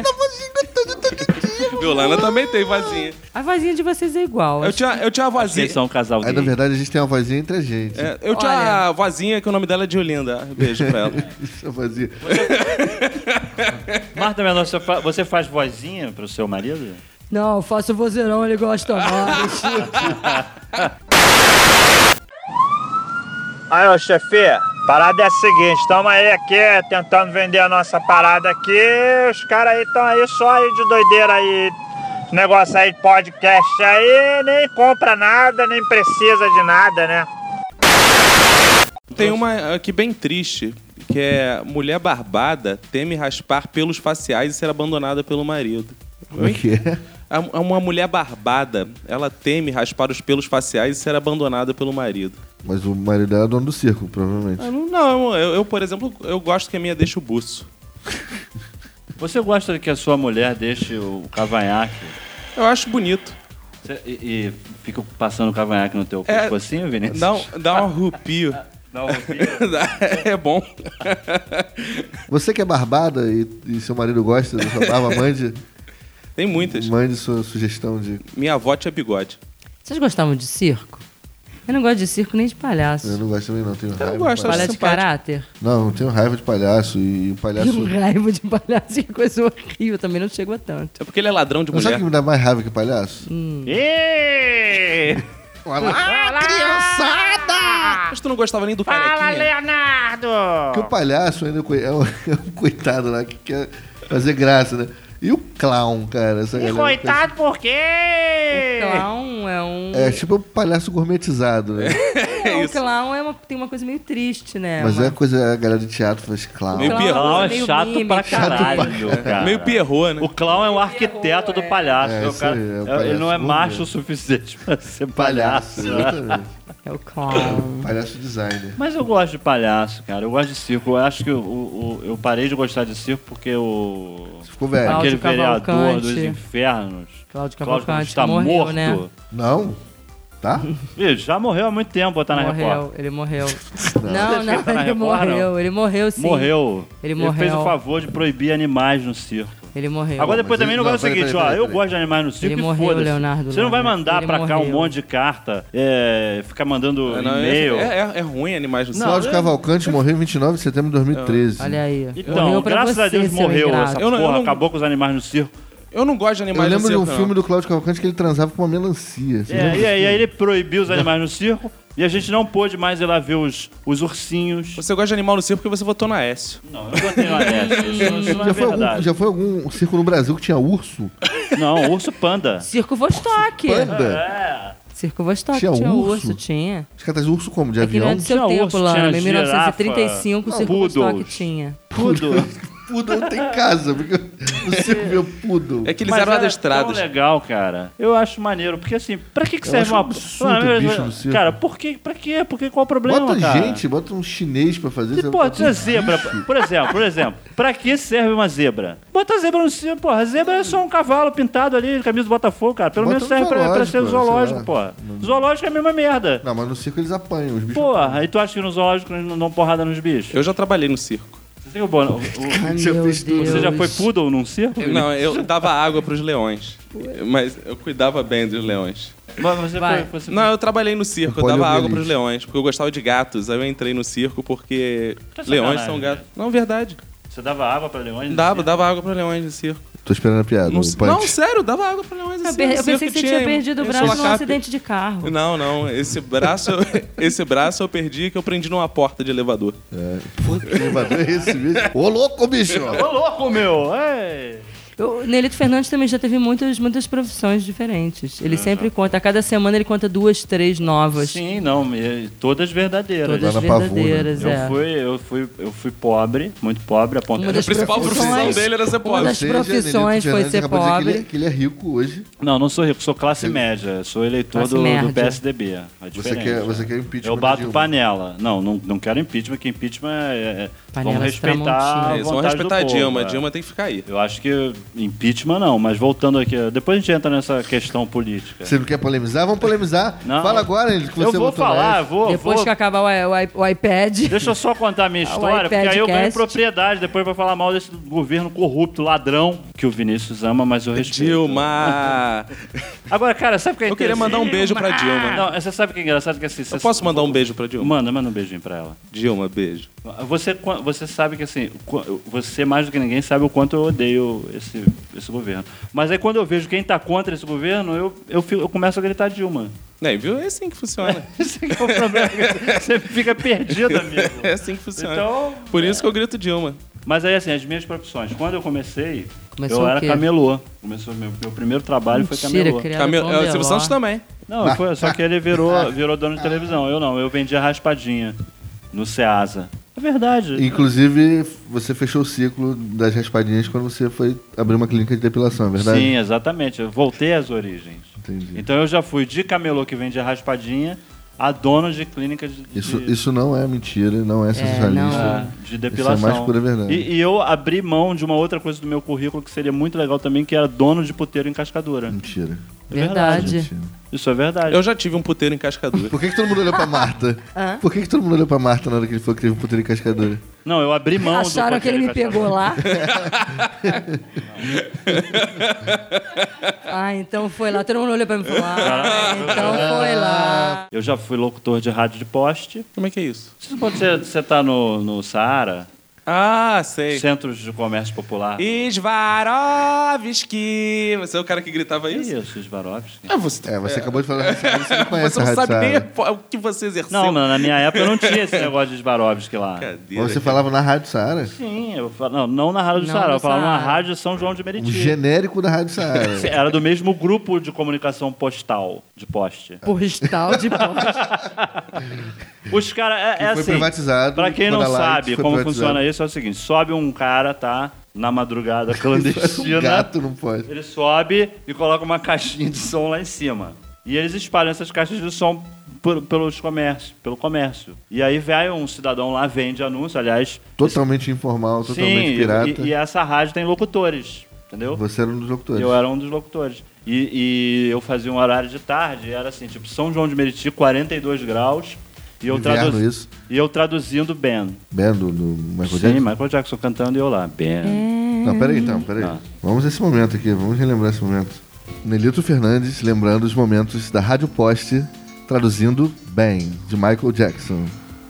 Violana também tem vozinha. A vozinha de vocês é igual. Eu acho. tinha, eu tinha uma vozinha. Vocês são um casal Aí, gay. na verdade, a gente tem uma vozinha entre a gente. É, eu tinha Olha. uma vozinha que o nome dela é de Olinda. Beijo pra ela. Essa vozinha. Marta Mendonça, fa- você faz vozinha pro seu marido? Não, eu faço vozeirão, ele gosta mais. Aí, ô chefe, parada é a seguinte, estamos aí aqui tentando vender a nossa parada aqui, os caras aí estão aí só aí de doideira aí, Esse negócio aí de podcast aí, nem compra nada, nem precisa de nada, né? Tem uma aqui bem triste, que é mulher barbada teme raspar pelos faciais e ser abandonada pelo marido. Como é que é? A- Uma mulher barbada, ela teme raspar os pelos faciais e ser abandonada pelo marido. Mas o marido dela é dono do circo, provavelmente. Ah, Não, não eu, eu, por exemplo, eu gosto que a minha deixe o buço. Você gosta que a sua mulher deixe o cavanhaque Eu acho bonito. Cê- e, e fica passando o cavanhaque no teu É, pescocinho, Vinícius? Dá um, dá um arrupio. Dá um arrepio? É bom. Você que é barbada e, e seu marido gosta da sua barba, mande, Tem muitas. mande sua sugestão de... Minha avó tinha bigode. Vocês gostavam de circo? Eu não gosto de circo nem de palhaço. Eu não gosto também não, tenho raiva. Eu gosto, de acho Palhaço de simpático. caráter? Não, não tenho raiva de palhaço e o palhaço... Tenho raiva de palhaço, que coisa horrível. Também não chego a tanto. É porque ele é ladrão de Não sabe mulher. o que me dá mais raiva que palhaço? Ê! Olá, criançada! Mas tu não gostava nem do Fala, carequinha? Leonardo! Porque o palhaço ainda é um, é um coitado lá que quer fazer graça, né? E o clown, cara? Essa E galera coitado por quê? O clown é um... É tipo um palhaço gourmetizado, né? É, o clown é uma, tem uma coisa meio triste, né? Mas uma... é coisa, a galera de teatro faz clown. Meio Clown Pierrot. Clown é meio chato mímica. pra caralho, cara. Meio Pierrot, né? O clown é um arquiteto do palhaço. É, o isso cara- aí, é o é- palhaço ele não é gourmet. macho o suficiente pra ser palhaço. exatamente. É o clown. Palhaço designer. Mas eu gosto de palhaço, cara. Eu gosto de circo. Eu acho que o, o- eu parei de gostar de circo porque o... Você ficou velho. Cláudio Aquele vereador Cavalcante. dos infernos. Cláudio Cláudio Cavalcante está morreu, morto. né? Não? Tá? Ih, já morreu há muito tempo, botar na Morreu, Record. ele morreu. Não. Não, não, Tá na ele Record, morreu. Ele morreu, sim. Morreu. Ele Ele fez morreu. o favor de proibir animais no circo. Ele morreu. Agora depois mas também ele- não não, vai o peraí, seguinte, peraí, ó, peraí, eu peraí. gosto de animais no circo Ele e morreu, foda-se. Leonardo Você não vai Lana. mandar Ele pra cá um morreu. monte de carta, é, ficar mandando É, não, é, e-mail. é, é- é ruim animais no Não, circo. Cláudio eu- Cavalcante morreu em vinte e nove de setembro de dois mil e treze. Olha aí. Então, morreu pra graças você, a Deus seu morreu ingrato. essa Eu não- eu porra, não- acabou com os animais no circo. Eu não gosto de Eu animais no lembro de circo, um não. filme do Cláudio Cavalcante que ele transava com uma melancia. Você É, lembra e desse aí, filme? aí ele proibiu os animais no circo e a gente não pôde mais ir lá ver os, os ursinhos. Você gosta de animal no circo porque você votou na Aécio. Não, eu não botei no Aécio, isso, isso não é Já foi, algum, verdade. já foi algum circo no Brasil que tinha urso? Não, urso panda. Circo Vostok. Panda? É. Circo Vostok Tinha tinha, urso? urso, tinha. Os caras trazem urso como? De É que não é avião? do seu Tinha tempo, urso, lá. tinha Em mil novecentos e trinta e cinco, o girafa, Circo poodles. Vostok tinha. Tudo. Poodle não tem casa, porque o circo viu poodle. É que eles Mas eram era adestrados. tão legal, cara. Eu acho maneiro, porque assim, pra que, que Eu serve acho uma... um absurdo Ah, bicho no circo. Cara, por que, pra quê? Porque qual o problema, Bota cara? gente, bota um chinês pra fazer. E, você pô, bota tinha um zebra, bicho. por exemplo, por exemplo, pra que serve uma zebra? Bota a zebra no circo, porra, a zebra é só um cavalo pintado ali, camisa do Botafogo, cara. Pelo Bota menos no serve pra, pra ser zoológico, zoológico, sei porra. Zoológico é a mesma merda. Não, mas no circo eles apanham os bichos. Porra, aí tu acha que no zoológico eles não dão porrada nos bichos? Eu já trabalhei no circo. Você, tem o bom- o- o- Ai, Já meu fez tudo. Deus. você já foi poodle num circo? Não, eu dava água pros leões. Mas eu cuidava bem dos leões. Mas você Vai. foi... Você... Não, eu trabalhei no circo, eu O dava água poliomielite. pros leões, porque eu gostava de gatos. Aí eu entrei no circo porque Tá leões sacanagem, são gatos. né? Não, verdade. Você dava água pra leões? no Dava, circo? dava água pros leões no circo. Tô esperando a piada. Não, o punch. não, sério, dava água pros leões no Eu, circo. per- eu No pensei circo que você tinha perdido o em braço num Sulacap. acidente de carro. Não, não. Esse braço, esse braço eu perdi que eu prendi numa porta de elevador. É. Puta, que elevador é esse mesmo? Ô, louco, bicho! Ô, louco, meu! Ei! O Nelito Fernandes também já teve muitas, muitas profissões diferentes. Ele sempre conta, a cada semana ele conta duas, três novas. Sim, não, me- todas verdadeiras. Todas Lá na Pavuna. verdadeiras, Eu é. fui, eu fui, eu fui pobre, muito pobre, a ponto Uma de... A das principal profissões- profissão dele era ser Uma pobre. das profissões Nelito foi Fernandes ser acabou de dizer pobre. Que ele, é, que ele é rico hoje. Não, não sou rico, sou classe média, sou eleitor Classe do, do média. P S D B. É Você diferente. quer, você quer impeachment Eu da bato Dilma. panela. Não, não, não quero impeachment, que impeachment é... é Panela vamos de respeitar a Tramontina. Eles vão vontade respeitar a do povo, Dilma. A é. Dilma tem que ficar aí. Eu acho que impeachment não, mas voltando aqui, depois a gente entra nessa questão política. Você não quer polemizar? Vamos polemizar. Não. Fala agora, Nelito, que você eu vou votou na falar, F. vou, Depois vou... que acabar o, i- o i- o iPad. Deixa eu só contar a minha O história, porque aí eu ganho iPadcast. propriedade depois pra falar mal desse governo corrupto, ladrão, que o Vinícius ama, mas eu respeito. Dilma! Agora, cara, sabe o que é Eu queria mandar um beijo pra Dilma. Não, você sabe o que é engraçado? Que assim, Eu você- posso mandar um beijo pra Dilma? Manda, manda um beijinho pra ela. Dilma, beijo. Você, você sabe que assim, qu- você mais do que ninguém sabe o quanto eu odeio esse, esse governo. Mas aí quando eu vejo quem tá contra esse governo, eu, eu, fico- eu começo a gritar Dilma. É, viu? É assim que funciona. Esse que é o problema. Você fica perdido, amigo. É assim que funciona. Então, Por isso que eu grito Dilma. Mas aí, assim, as minhas profissões. Quando eu comecei, Começou eu o era quê? camelô. Começou meu, meu primeiro trabalho foi Mentira, camelô. criado Camil... Tom é, o Silvio Deló. Santos também. Não, foi, só que ele virou, virou dono de televisão. Eu não, eu vendia raspadinha no Ceasa. É verdade. Inclusive, você fechou o ciclo das raspadinhas quando você foi abrir uma clínica de depilação, é verdade? Sim, exatamente. Eu voltei às origens. Entendi. Então eu já fui de camelô que vendia raspadinha a dono de clínica de, de, Isso, isso não é mentira, não é sensacionalista. é, de depilação. Isso é mais pura verdade. E, e eu abri mão de uma outra coisa do meu currículo que seria muito legal também, que era dono de puteiro em Cascadura. Mentira. É verdade. Verdade. Isso é verdade. Eu já tive um puteiro em Cascadura. Por que, que todo mundo olhou pra Marta? Hã? Por que, que todo mundo olhou pra Marta na hora que ele falou que teve um puteiro em Cascadura? Não, eu abri mão do Acharam que ele me puteiro em pegou Cascadura. lá? Ah, então foi lá. Todo mundo olhou pra mim e falou, ah, então foi lá. Eu já fui locutor de rádio de poste. Como é que é isso? Você pode ser, você tá no, no Saara, Ah, sei. Centros de Comércio Popular. Svarovski. Você é o cara que gritava Que isso? isso, Svarovski? É, você, É, você acabou de falar, você não conhece você a não Rádio sabe nem Saara. pô, o que você exerceu. Não, mas na minha época não tinha esse negócio de Svarovski lá. Cadeira, Você cara. falava na Rádio Saara? Sim, eu fal... não, não na Rádio do Não Saara, do eu falava na Saara. Rádio de São João de O Meriti. genérico da Rádio Saara. Era do mesmo grupo de comunicação postal, de poste. Postal de poste. Os caras, é, é foi assim, privatizado, pra quem não quando a Light sabe foi como privatizado. funciona isso, é o seguinte, sobe um cara, tá, na madrugada Um clandestina, gato não pode. ele sobe e coloca uma caixinha de som lá em cima. E eles espalham essas caixas de som por, pelos comércios, pelo comércio. E aí vai um cidadão lá, vende anúncio, aliás... Totalmente informal, esse... totalmente Sim, pirata. e, e essa rádio tem locutores, entendeu? Você era um dos locutores. Eu era um dos locutores. E, e eu fazia um horário de tarde, e era assim, tipo, São João de Meriti, quarenta e dois graus, e eu, Inverno, traduzi... isso. e eu traduzindo Ben. Ben do, do Michael Sim, Jackson? Michael Jackson cantando e eu lá, Ben. Não, peraí então, peraí. Ah. Vamos nesse momento aqui, vamos relembrar esse momento. Nelito Fernandes lembrando os momentos da Rádio Poste traduzindo Ben, de Michael Jackson.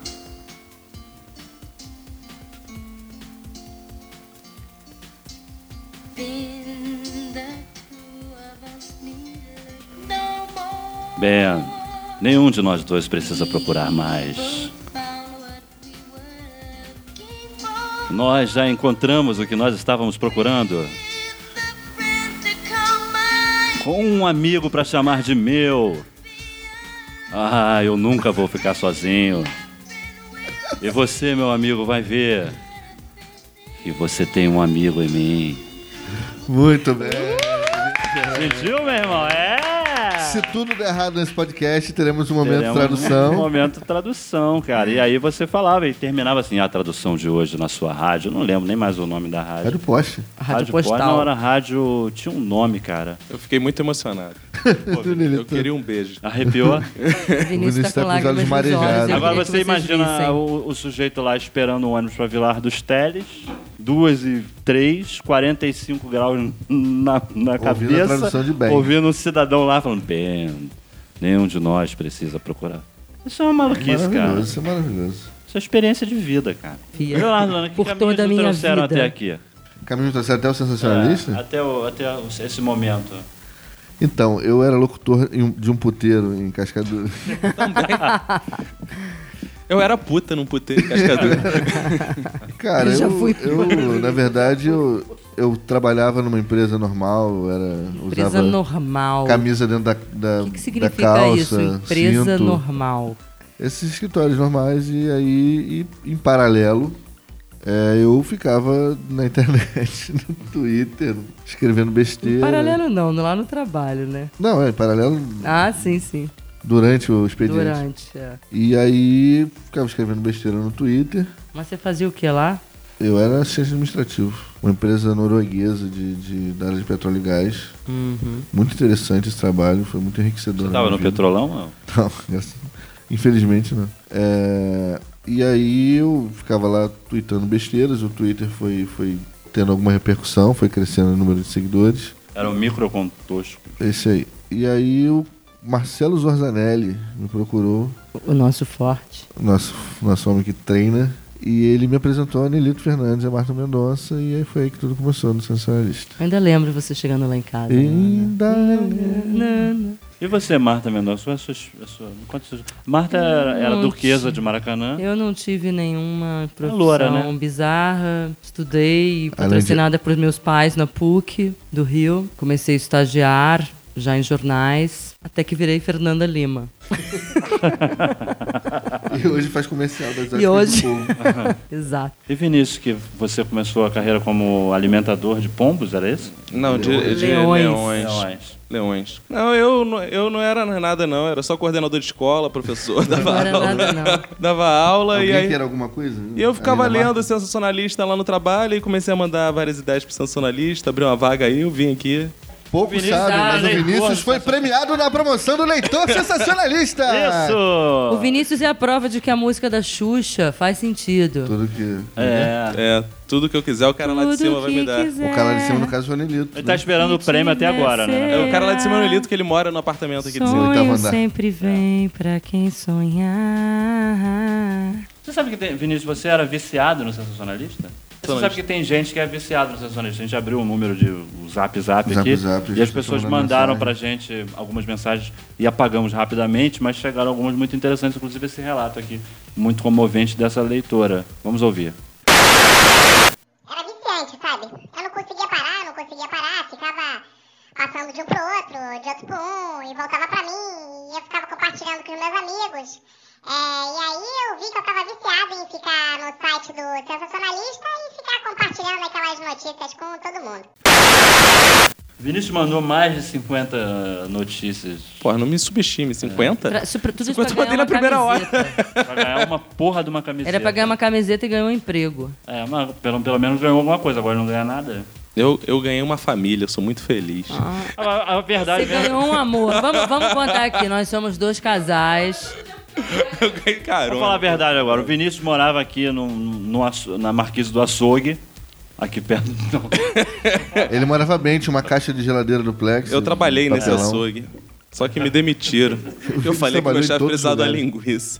Ben, nenhum de nós dois precisa procurar mais. Nós já encontramos o que nós estávamos procurando. Com um amigo para chamar de meu. Ah, eu nunca vou ficar sozinho. E você, meu amigo, vai ver que você tem um amigo em mim. Muito bem. Sentiu, meu irmão? É! Se tudo der errado nesse podcast, teremos um momento Teremos de tradução. Um momento de tradução, cara. E aí você falava e terminava assim, a tradução de hoje na sua rádio. Eu não lembro nem mais o nome da rádio. Rádio Poste. Rádio Poste, Postal. não, era rádio... Tinha um nome, cara. Eu fiquei muito emocionado. Pô, Eu queria um beijo. Arrepiou? Vinícius tá com lágrimas nos olhos. marejados. eu Agora queria você que vocês imagina vissem. o, o sujeito lá esperando o ônibus para Vilar dos Teles, duas e três, quarenta e cinco graus na, na a cabeça, tradução de Ben. ouvindo um cidadão lá falando, Ben, nenhum de nós precisa procurar. Isso é uma maluquice, cara. Maravilhoso, isso é maravilhoso. Isso é experiência de vida, cara. Fia. Leonardo, Lana, que Por caminhos toda a te minha trouxeram vida. até aqui? Caminho tá certo até o sensacionalista? É, até o, até o- esse momento. Então, eu era locutor em um- de um puteiro em Cascadura. Eu era puta num puteiro em Cascadura. Cara, Eu já eu, fui. eu, na verdade, eu, eu trabalhava numa empresa normal, era, Empresa usava normal. camisa dentro da, da, O que, que da significa calça, isso? Empresa cinto, normal. esses escritórios normais. E aí, e, em paralelo, é, eu ficava na internet, no Twitter, escrevendo besteira. Em paralelo não, lá no trabalho, né? Não, é em paralelo Ah, sim, sim. durante o expediente. Durante, é. E aí, ficava escrevendo besteira no Twitter. Mas você fazia o que lá? Eu era assistente administrativo, uma empresa norueguesa de, de, da área de petróleo e gás. Uhum. Muito interessante esse trabalho, foi muito enriquecedor. Você na tava minha no vida. Petrolão? Não. Não, essa- infelizmente não. É, e aí eu ficava lá tweetando besteiras, o Twitter foi, foi tendo alguma repercussão, foi crescendo o número de seguidores. Era um micro com tosco. Esse aí. E aí o Marcelo Zorzanelli me procurou, O nosso forte. nosso, nosso homem que treina, e ele me apresentou a Nelito Fernandes e a Marta Mendonça, e aí foi aí que tudo começou no Sensacionalista. Eu ainda lembro você chegando lá em casa. Ainda Nanana. E você, Marta Mendonça? A sua, a sua, sua... Marta era, era duquesa de Maracanã. Eu não tive nenhuma profissão loura, né? bizarra. Estudei, patrocinada de... por meus pais na P U C do Rio. Comecei a estagiar já em jornais, até que virei Fernanda Lima. E hoje faz comercial das E hoje... do povo. Uhum. Exato. E Vinícius, que você começou a carreira como alimentador de pombos, era isso? Não, de, de leões. leões. Leões. Leões. Não, eu, não- eu não era nada, não. Era só coordenador de escola, professor. Dava Não era aula. nada, não. Dava aula Alguém e aí... quer alguma coisa? E eu ficava Além da lendo Marta? o Sensacionalista lá no trabalho e comecei a mandar várias ideias pro Sensacionalista, abri uma vaga aí, eu vim aqui. Pouco Vinícius sabem, era mas o leitor, Vinícius foi premiado na promoção do Leitor Sensacionalista. Isso! O Vinícius é a prova de que a música da Xuxa faz sentido. Tudo que... É. É, tudo que eu quiser, o cara lá de Tudo cima vai que me dar. quiser. O cara lá de cima, no caso, foi o Nelito. Ele tá esperando o prêmio até agora, né? É o cara lá de cima no Elito que ele mora no apartamento aqui de cima. oitavo Sonho andar. sempre vem pra quem sonhar. Você sabe que, tem, Vinícius, você era viciado no Sensacionalista? Você sabe que tem gente que é viciado no Sensacionalista. A gente abriu um número de o Zap Zap, Zap aqui Zap, e as as pessoas pessoas mandaram mandando pra gente algumas mensagens e apagamos rapidamente, mas chegaram algumas muito interessantes, inclusive esse relato aqui, muito comovente dessa leitora. Vamos ouvir. Era viciante, sabe? Eu não conseguia parar, não conseguia parar, ficava passando de um pro outro, de outro pro um, e voltava pra mim, e eu ficava compartilhando com os meus amigos. É, e aí eu vi que eu tava viciada em ficar no site do Sensacionalista e ficar compartilhando aquelas notícias com todo mundo. Vinícius mandou mais de cinquenta notícias Pô, não me subestime, cinquenta? Pra, isso pra- tudo isso cinquenta pra eu ganhar mandei uma na primeira hora. camiseta. pra ganhar uma porra de uma camiseta. Era pra ganhar uma camiseta e ganhou um emprego. É, mas pelo, pelo menos ganhou alguma coisa, agora não ganha nada. Eu, eu ganhei uma família, eu sou muito feliz. A, a verdade Você mesmo- ganhou um amor. Vamos, vamos contar aqui, nós somos dois casais. Eu ganhei carona. Vamos falar a verdade agora. O Vinícius morava aqui no, no, aço- na Marquise do Açougue, aqui perto do... Ele morava bem, tinha uma caixa de geladeira do Plex. Eu trabalhei nesse papelão. açougue. Só que me demitiram. Eu falei que trabalhou meu em chefe todos precisava os da lugares. linguiça.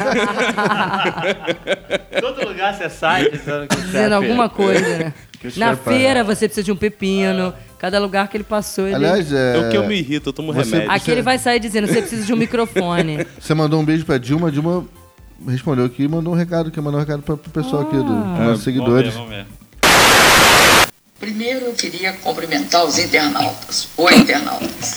Todo lugar você sai dizendo que Dizendo alguma coisa, né? Que o Na chefe- feira você precisa de um pepino. Cada lugar que ele passou, ele... Aliás, é... É o que eu me irrito, eu tomo Você- remédio. Aqui ele vai sair dizendo, você precisa de um microfone. Você mandou um beijo pra Dilma, a Dilma respondeu aqui e mandou um recado, que mandou um recado pra, pro pessoal aqui, do, dos nossos Vamos ver, seguidores. vamos ver. Primeiro eu queria cumprimentar os internautas. Oi, internautas.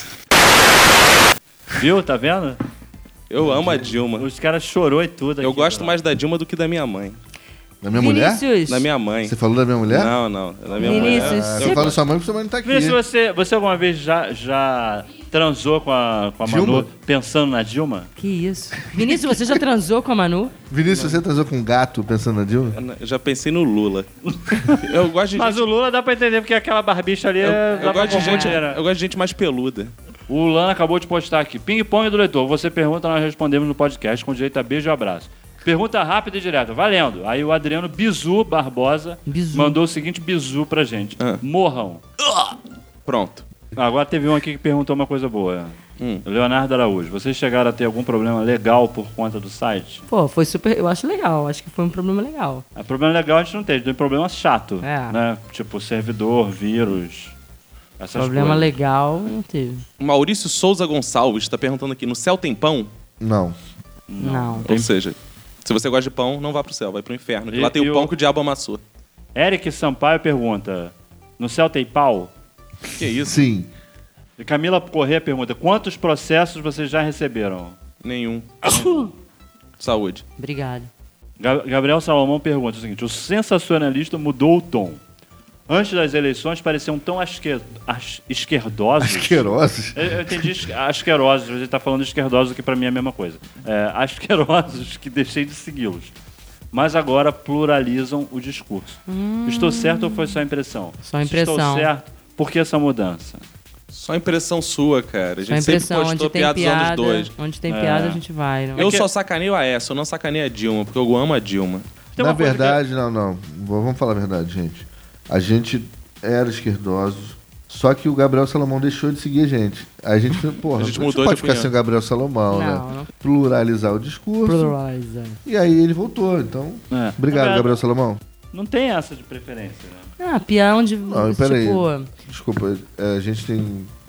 Viu? Tá vendo? Eu amo a Dilma. Os caras chorou e tudo. Eu aqui, gosto ó. mais da Dilma do que da minha mãe. Da minha mulher? Vinícius. Da minha mãe. Você falou da minha mulher? Não, não. É da minha Vinícius, mulher. Ah, você- eu falo sua mãe porque sua mãe não tá aqui. Vinícius, você, você alguma vez já, já transou com a, com a Manu Dilma? pensando na Dilma? Que isso? Vinícius, você já transou com a Manu? Vinícius, você transou com um gato pensando na Dilma? Eu já pensei no Lula. Eu gosto de Mas gente... o Lula dá pra entender porque aquela barbicha ali Eu, é... eu dá pra gosto de gente, confundir, né? eu gosto de gente mais peluda. O Lana acabou de postar aqui. Ping-pong do leitor. Você pergunta, nós respondemos no podcast com direito a beijo e abraço. Pergunta rápida e direta. Valendo. Aí o Adriano Bizu Barbosa Bizu. mandou o seguinte bizu pra gente. Ah. Morram. Pronto. Agora teve um aqui que perguntou uma coisa boa. Hum. Leonardo Araújo. Vocês chegaram a ter algum problema legal por conta do site? Pô, foi super... Eu acho legal. Acho que foi um problema legal. É, problema legal a gente não tem. Tem problema chato. É. Né? Tipo servidor, vírus. Essas Problema coisas. legal, não teve. O Maurício Souza Gonçalves está perguntando aqui, no céu tem pão? Não. Não. Ou seja, se você gosta de pão, não vá pro céu, vai pro inferno. que E- lá tem e o o- pão que o diabo amassou. Eric Sampaio pergunta. No céu tem pau? Que isso? Sim. E Camila Corrêa pergunta. Quantos processos vocês já receberam? Nenhum. Saúde. Obrigado. Ga- Gabriel Salomão pergunta o seguinte. O sensacionalista mudou o tom. Antes das eleições pareciam tão asque... as- esquerdosos. Asquerosos. Eu, eu entendi es- asquerosos, ele está falando esquerdosos, que para mim é a mesma coisa. É, asquerosos que deixei de segui-los. Mas agora pluralizam o discurso. Estou certo ou foi só impressão? Só Se impressão. Estou certo. Por que essa mudança? Só impressão sua, cara. A Só gente sempre impressão, postou onde tem piadas piada, anos dois. onde tem É. piada a gente vai. Não? Eu É que- só sacaneio a essa, eu não sacaneio a Dilma, porque eu amo a Dilma. Tem Na uma coisa que- verdade, não, não. Vamos falar a verdade, gente. A gente era esquerdosos, só que o Gabriel Salomão deixou de seguir a gente. A gente, porra, A gente não mudou pode de ficar opinião. sem o Gabriel Salomão, Não, né? não. Pluralizar o discurso. Pluraliza. E aí ele voltou, então... É. Obrigado, É, Gabriel Salomão. Não tem essa de preferência, né? Ah, piada onde, Não, peraí. tipo... Desculpa, é, a gente tem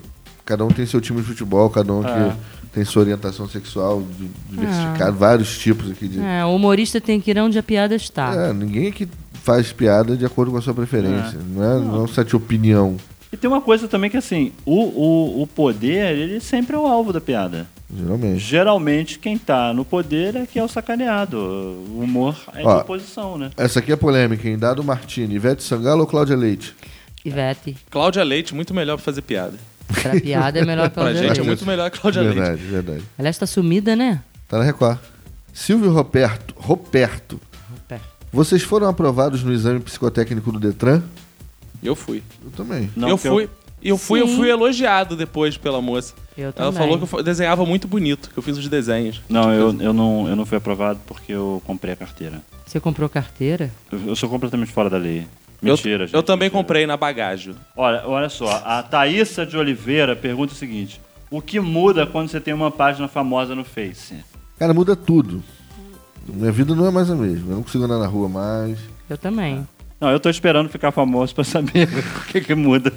cada um tem seu time de futebol, cada um É. que tem sua orientação sexual di- diversificada, vários tipos aqui de... É, o humorista tem que ir onde a piada está. É, ninguém aqui faz piada de acordo com a sua preferência. É. Não é não. Não é opinião. E tem uma coisa também que, assim, o, o, o poder, ele sempre é o alvo da piada. Geralmente. Geralmente, quem tá no poder é que é o sacaneado. O humor é Ó, de oposição, né? Essa aqui é polêmica, hein? Dado Martini, Ivete Sangalo ou Cláudia Leite? Ivete. Cláudia Leite, muito melhor pra fazer piada. Pra piada é melhor Pra Cláudia gente Leite. é muito melhor a Cláudia Leite. Verdade, verdade. Aliás, tá sumida, né? Tá na Record. Silvio Roberto, Roberto. Roberto. Vocês foram aprovados no exame psicotécnico do Detran? Eu fui. Eu também. eu fui. eu... Eu fui, eu Sim. fui elogiado depois pela moça. Eu Ela também. falou que eu fa- desenhava muito bonito, que eu fiz os desenhos. Não, eu, eu não, eu não fui aprovado porque eu comprei a carteira. Você comprou carteira? Eu, eu sou completamente fora da lei. Mentira, eu, gente. Eu também mentira. comprei na bagagem. Olha, olha só, a Thaísa de Oliveira pergunta o seguinte: o que muda quando você tem uma página famosa no Face? Cara, muda tudo. Minha vida não é mais a mesma. Eu não consigo andar na rua mais. Eu também. Não, eu tô esperando ficar famoso pra saber o que que muda.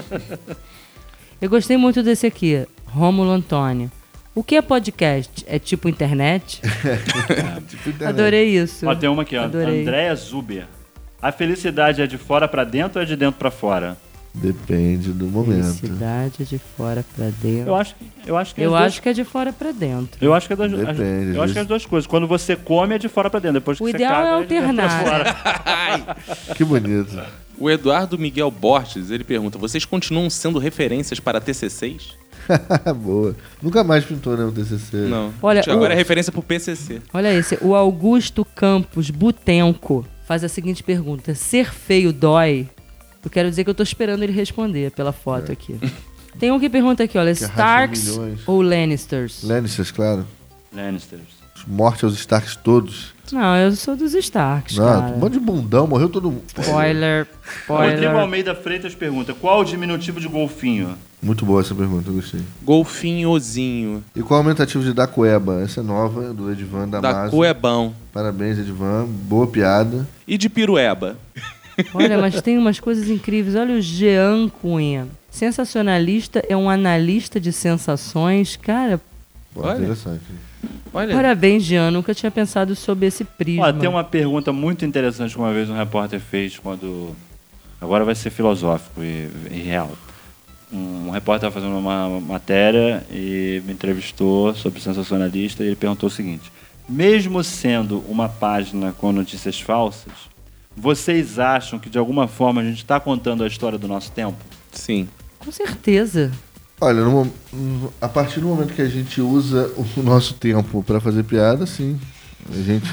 Eu gostei muito desse aqui, Rômulo Antônio. O que é podcast? É tipo internet? Tipo internet. Adorei isso. Ó, tem uma aqui, ó. Adorei. Andréa Zuber. A felicidade é de fora pra dentro ou é de dentro pra fora? Depende do momento. Felicidade de fora pra dentro. Eu acho, eu acho que é Eu as duas- acho que é de fora pra dentro. Eu acho que é das, Depende, as, às eu acho vezes. que é as duas coisas. Quando você come é de fora pra dentro, depois que O você ideal caga, é de dentro pra alternar. fora. Que bonito. O Eduardo Miguel Borges, ele pergunta: vocês continuam sendo referências para T C Cs? Boa. Nunca mais pintou, né, o T C C. Não. Olha, Agora o- é referência pro P C C. Olha esse, o Augusto Campos Butenco faz a seguinte pergunta: ser feio dói? Eu quero dizer que eu tô esperando ele responder pela foto aqui. Tem um que pergunta aqui, olha, Que arrasta Starks milhões. ou Lannisters? Lannisters, claro. Lannisters. Morte aos Starks todos. Não, eu sou dos Starks, Não, cara. um monte de bundão, morreu todo mundo. Spoiler, Rodrigo spoiler. Almeida Freitas pergunta: qual o diminutivo de golfinho? Muito boa essa pergunta, eu gostei. Golfinhozinho. E qual é o aumentativo de Dacoeba? Essa é nova, do Edvan Da Damasio. Cuebão. Parabéns, Edvan. Boa piada. E de Pirueba. Olha, mas tem umas coisas incríveis. Olha o Jean Cunha. Sensacionalista é um analista de sensações. Cara, Pô, Olha. interessante. Olha. parabéns, Jean. Nunca tinha pensado sobre esse prisma. Ó, tem uma pergunta muito interessante que uma vez um repórter fez quando... Agora vai ser filosófico e, e real. Um, um repórter estava fazendo uma matéria e me entrevistou sobre sensacionalista e ele perguntou o seguinte: mesmo sendo uma página com notícias falsas, vocês acham que de alguma forma a gente está contando a história do nosso tempo? Sim. Com certeza. Olha, no mo- no- a partir do momento que a gente usa o nosso tempo pra fazer piada, sim. A gente,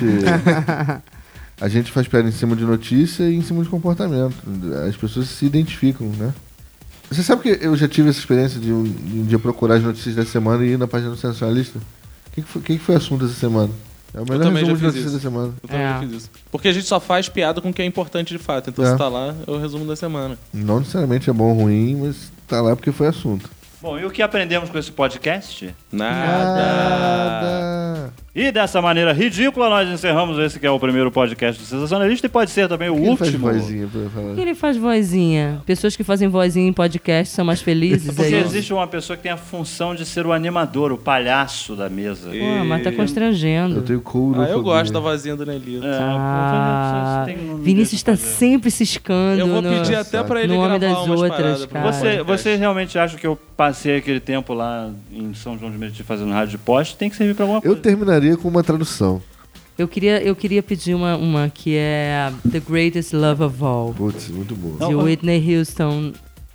a gente faz piada em cima de notícia e em cima de comportamento. As pessoas se identificam, né? Você sabe que eu já tive essa experiência de um, de um dia procurar as notícias da semana e ir na página do Sensacionalista? O que, que, foi, que que foi assunto essa semana? É o Eu melhor também já resumo de fiz notícias isso. da semana. Eu também É. fiz isso. Porque a gente só faz piada com o que é importante de fato. Então É. se tá lá, é o resumo da semana. Não necessariamente é bom ou ruim, mas tá lá porque foi assunto. Bom, e o que aprendemos com esse podcast? Nada. Nada. E dessa maneira ridícula, nós encerramos esse que é o primeiro podcast do Sensacionalista e pode ser também o Por que ele faz último. vozinha pra falar? Por que ele faz vozinha? Pessoas que fazem vozinha em podcast são mais felizes, Porque é isso? existe uma pessoa que tem a função de ser o animador, o palhaço da mesa. Pô, mas tá constrangendo. Eu tenho couro. Ah, eu gosto da vozinha do Nelito. É, Ah, você tem- não Vinícius deixa está fazer. sempre ciscando Eu vou no, pedir até pra ele no Homem gravar das umas Outras, paradas pra cara. Você, podcast. você realmente acha que eu passei aquele tempo lá em São João de Meriti fazendo rádio de poste? Tem que servir pra alguma Eu coisa. terminaria com uma tradução. Eu queria, eu queria pedir uma, uma que é The Greatest Love of All, Putz, muito boa. de Whitney Houston.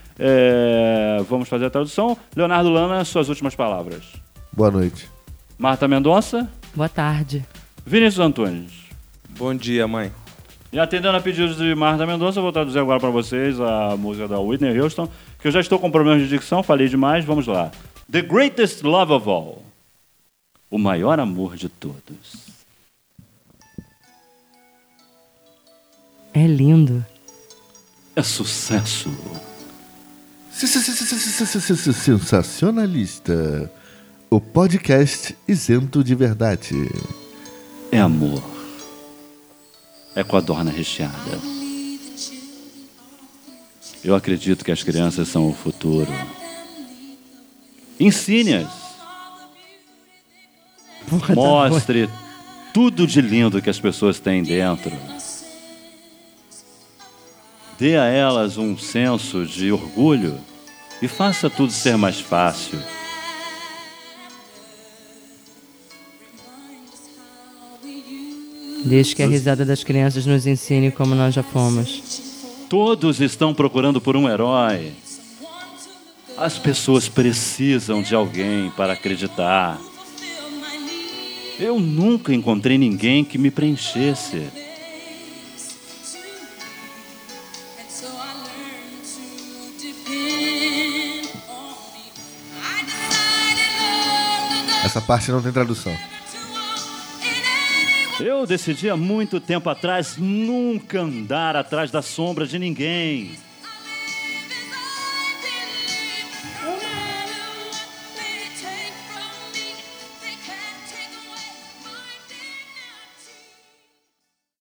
É, vamos fazer a tradução. Leonardo Lana, suas últimas palavras. Boa noite. Marta Mendonça, Boa tarde. Vinícius Antunes. Bom dia, mãe. E atendendo a pedidos de Marta Mendonça, eu vou traduzir agora para vocês a música da Whitney Houston, que eu já estou com problemas de dicção, falei demais, vamos lá. The Greatest Love of All. O maior amor de todos. É lindo. É sucesso. Sensacionalista. O podcast isento de verdade. É amor. É codorna recheada. Eu acredito que as crianças são o futuro. Ensine-as. Mostre tudo de lindo que as pessoas têm dentro. Dê a elas um senso de orgulho e faça tudo ser mais fácil. Deixe que a risada das crianças nos ensine como nós já fomos. Todos estão procurando por um herói. As pessoas precisam de alguém para acreditar. Eu nunca encontrei ninguém que me preenchesse. Essa parte não tem tradução. Eu decidi há muito tempo atrás nunca andar atrás da sombra de ninguém.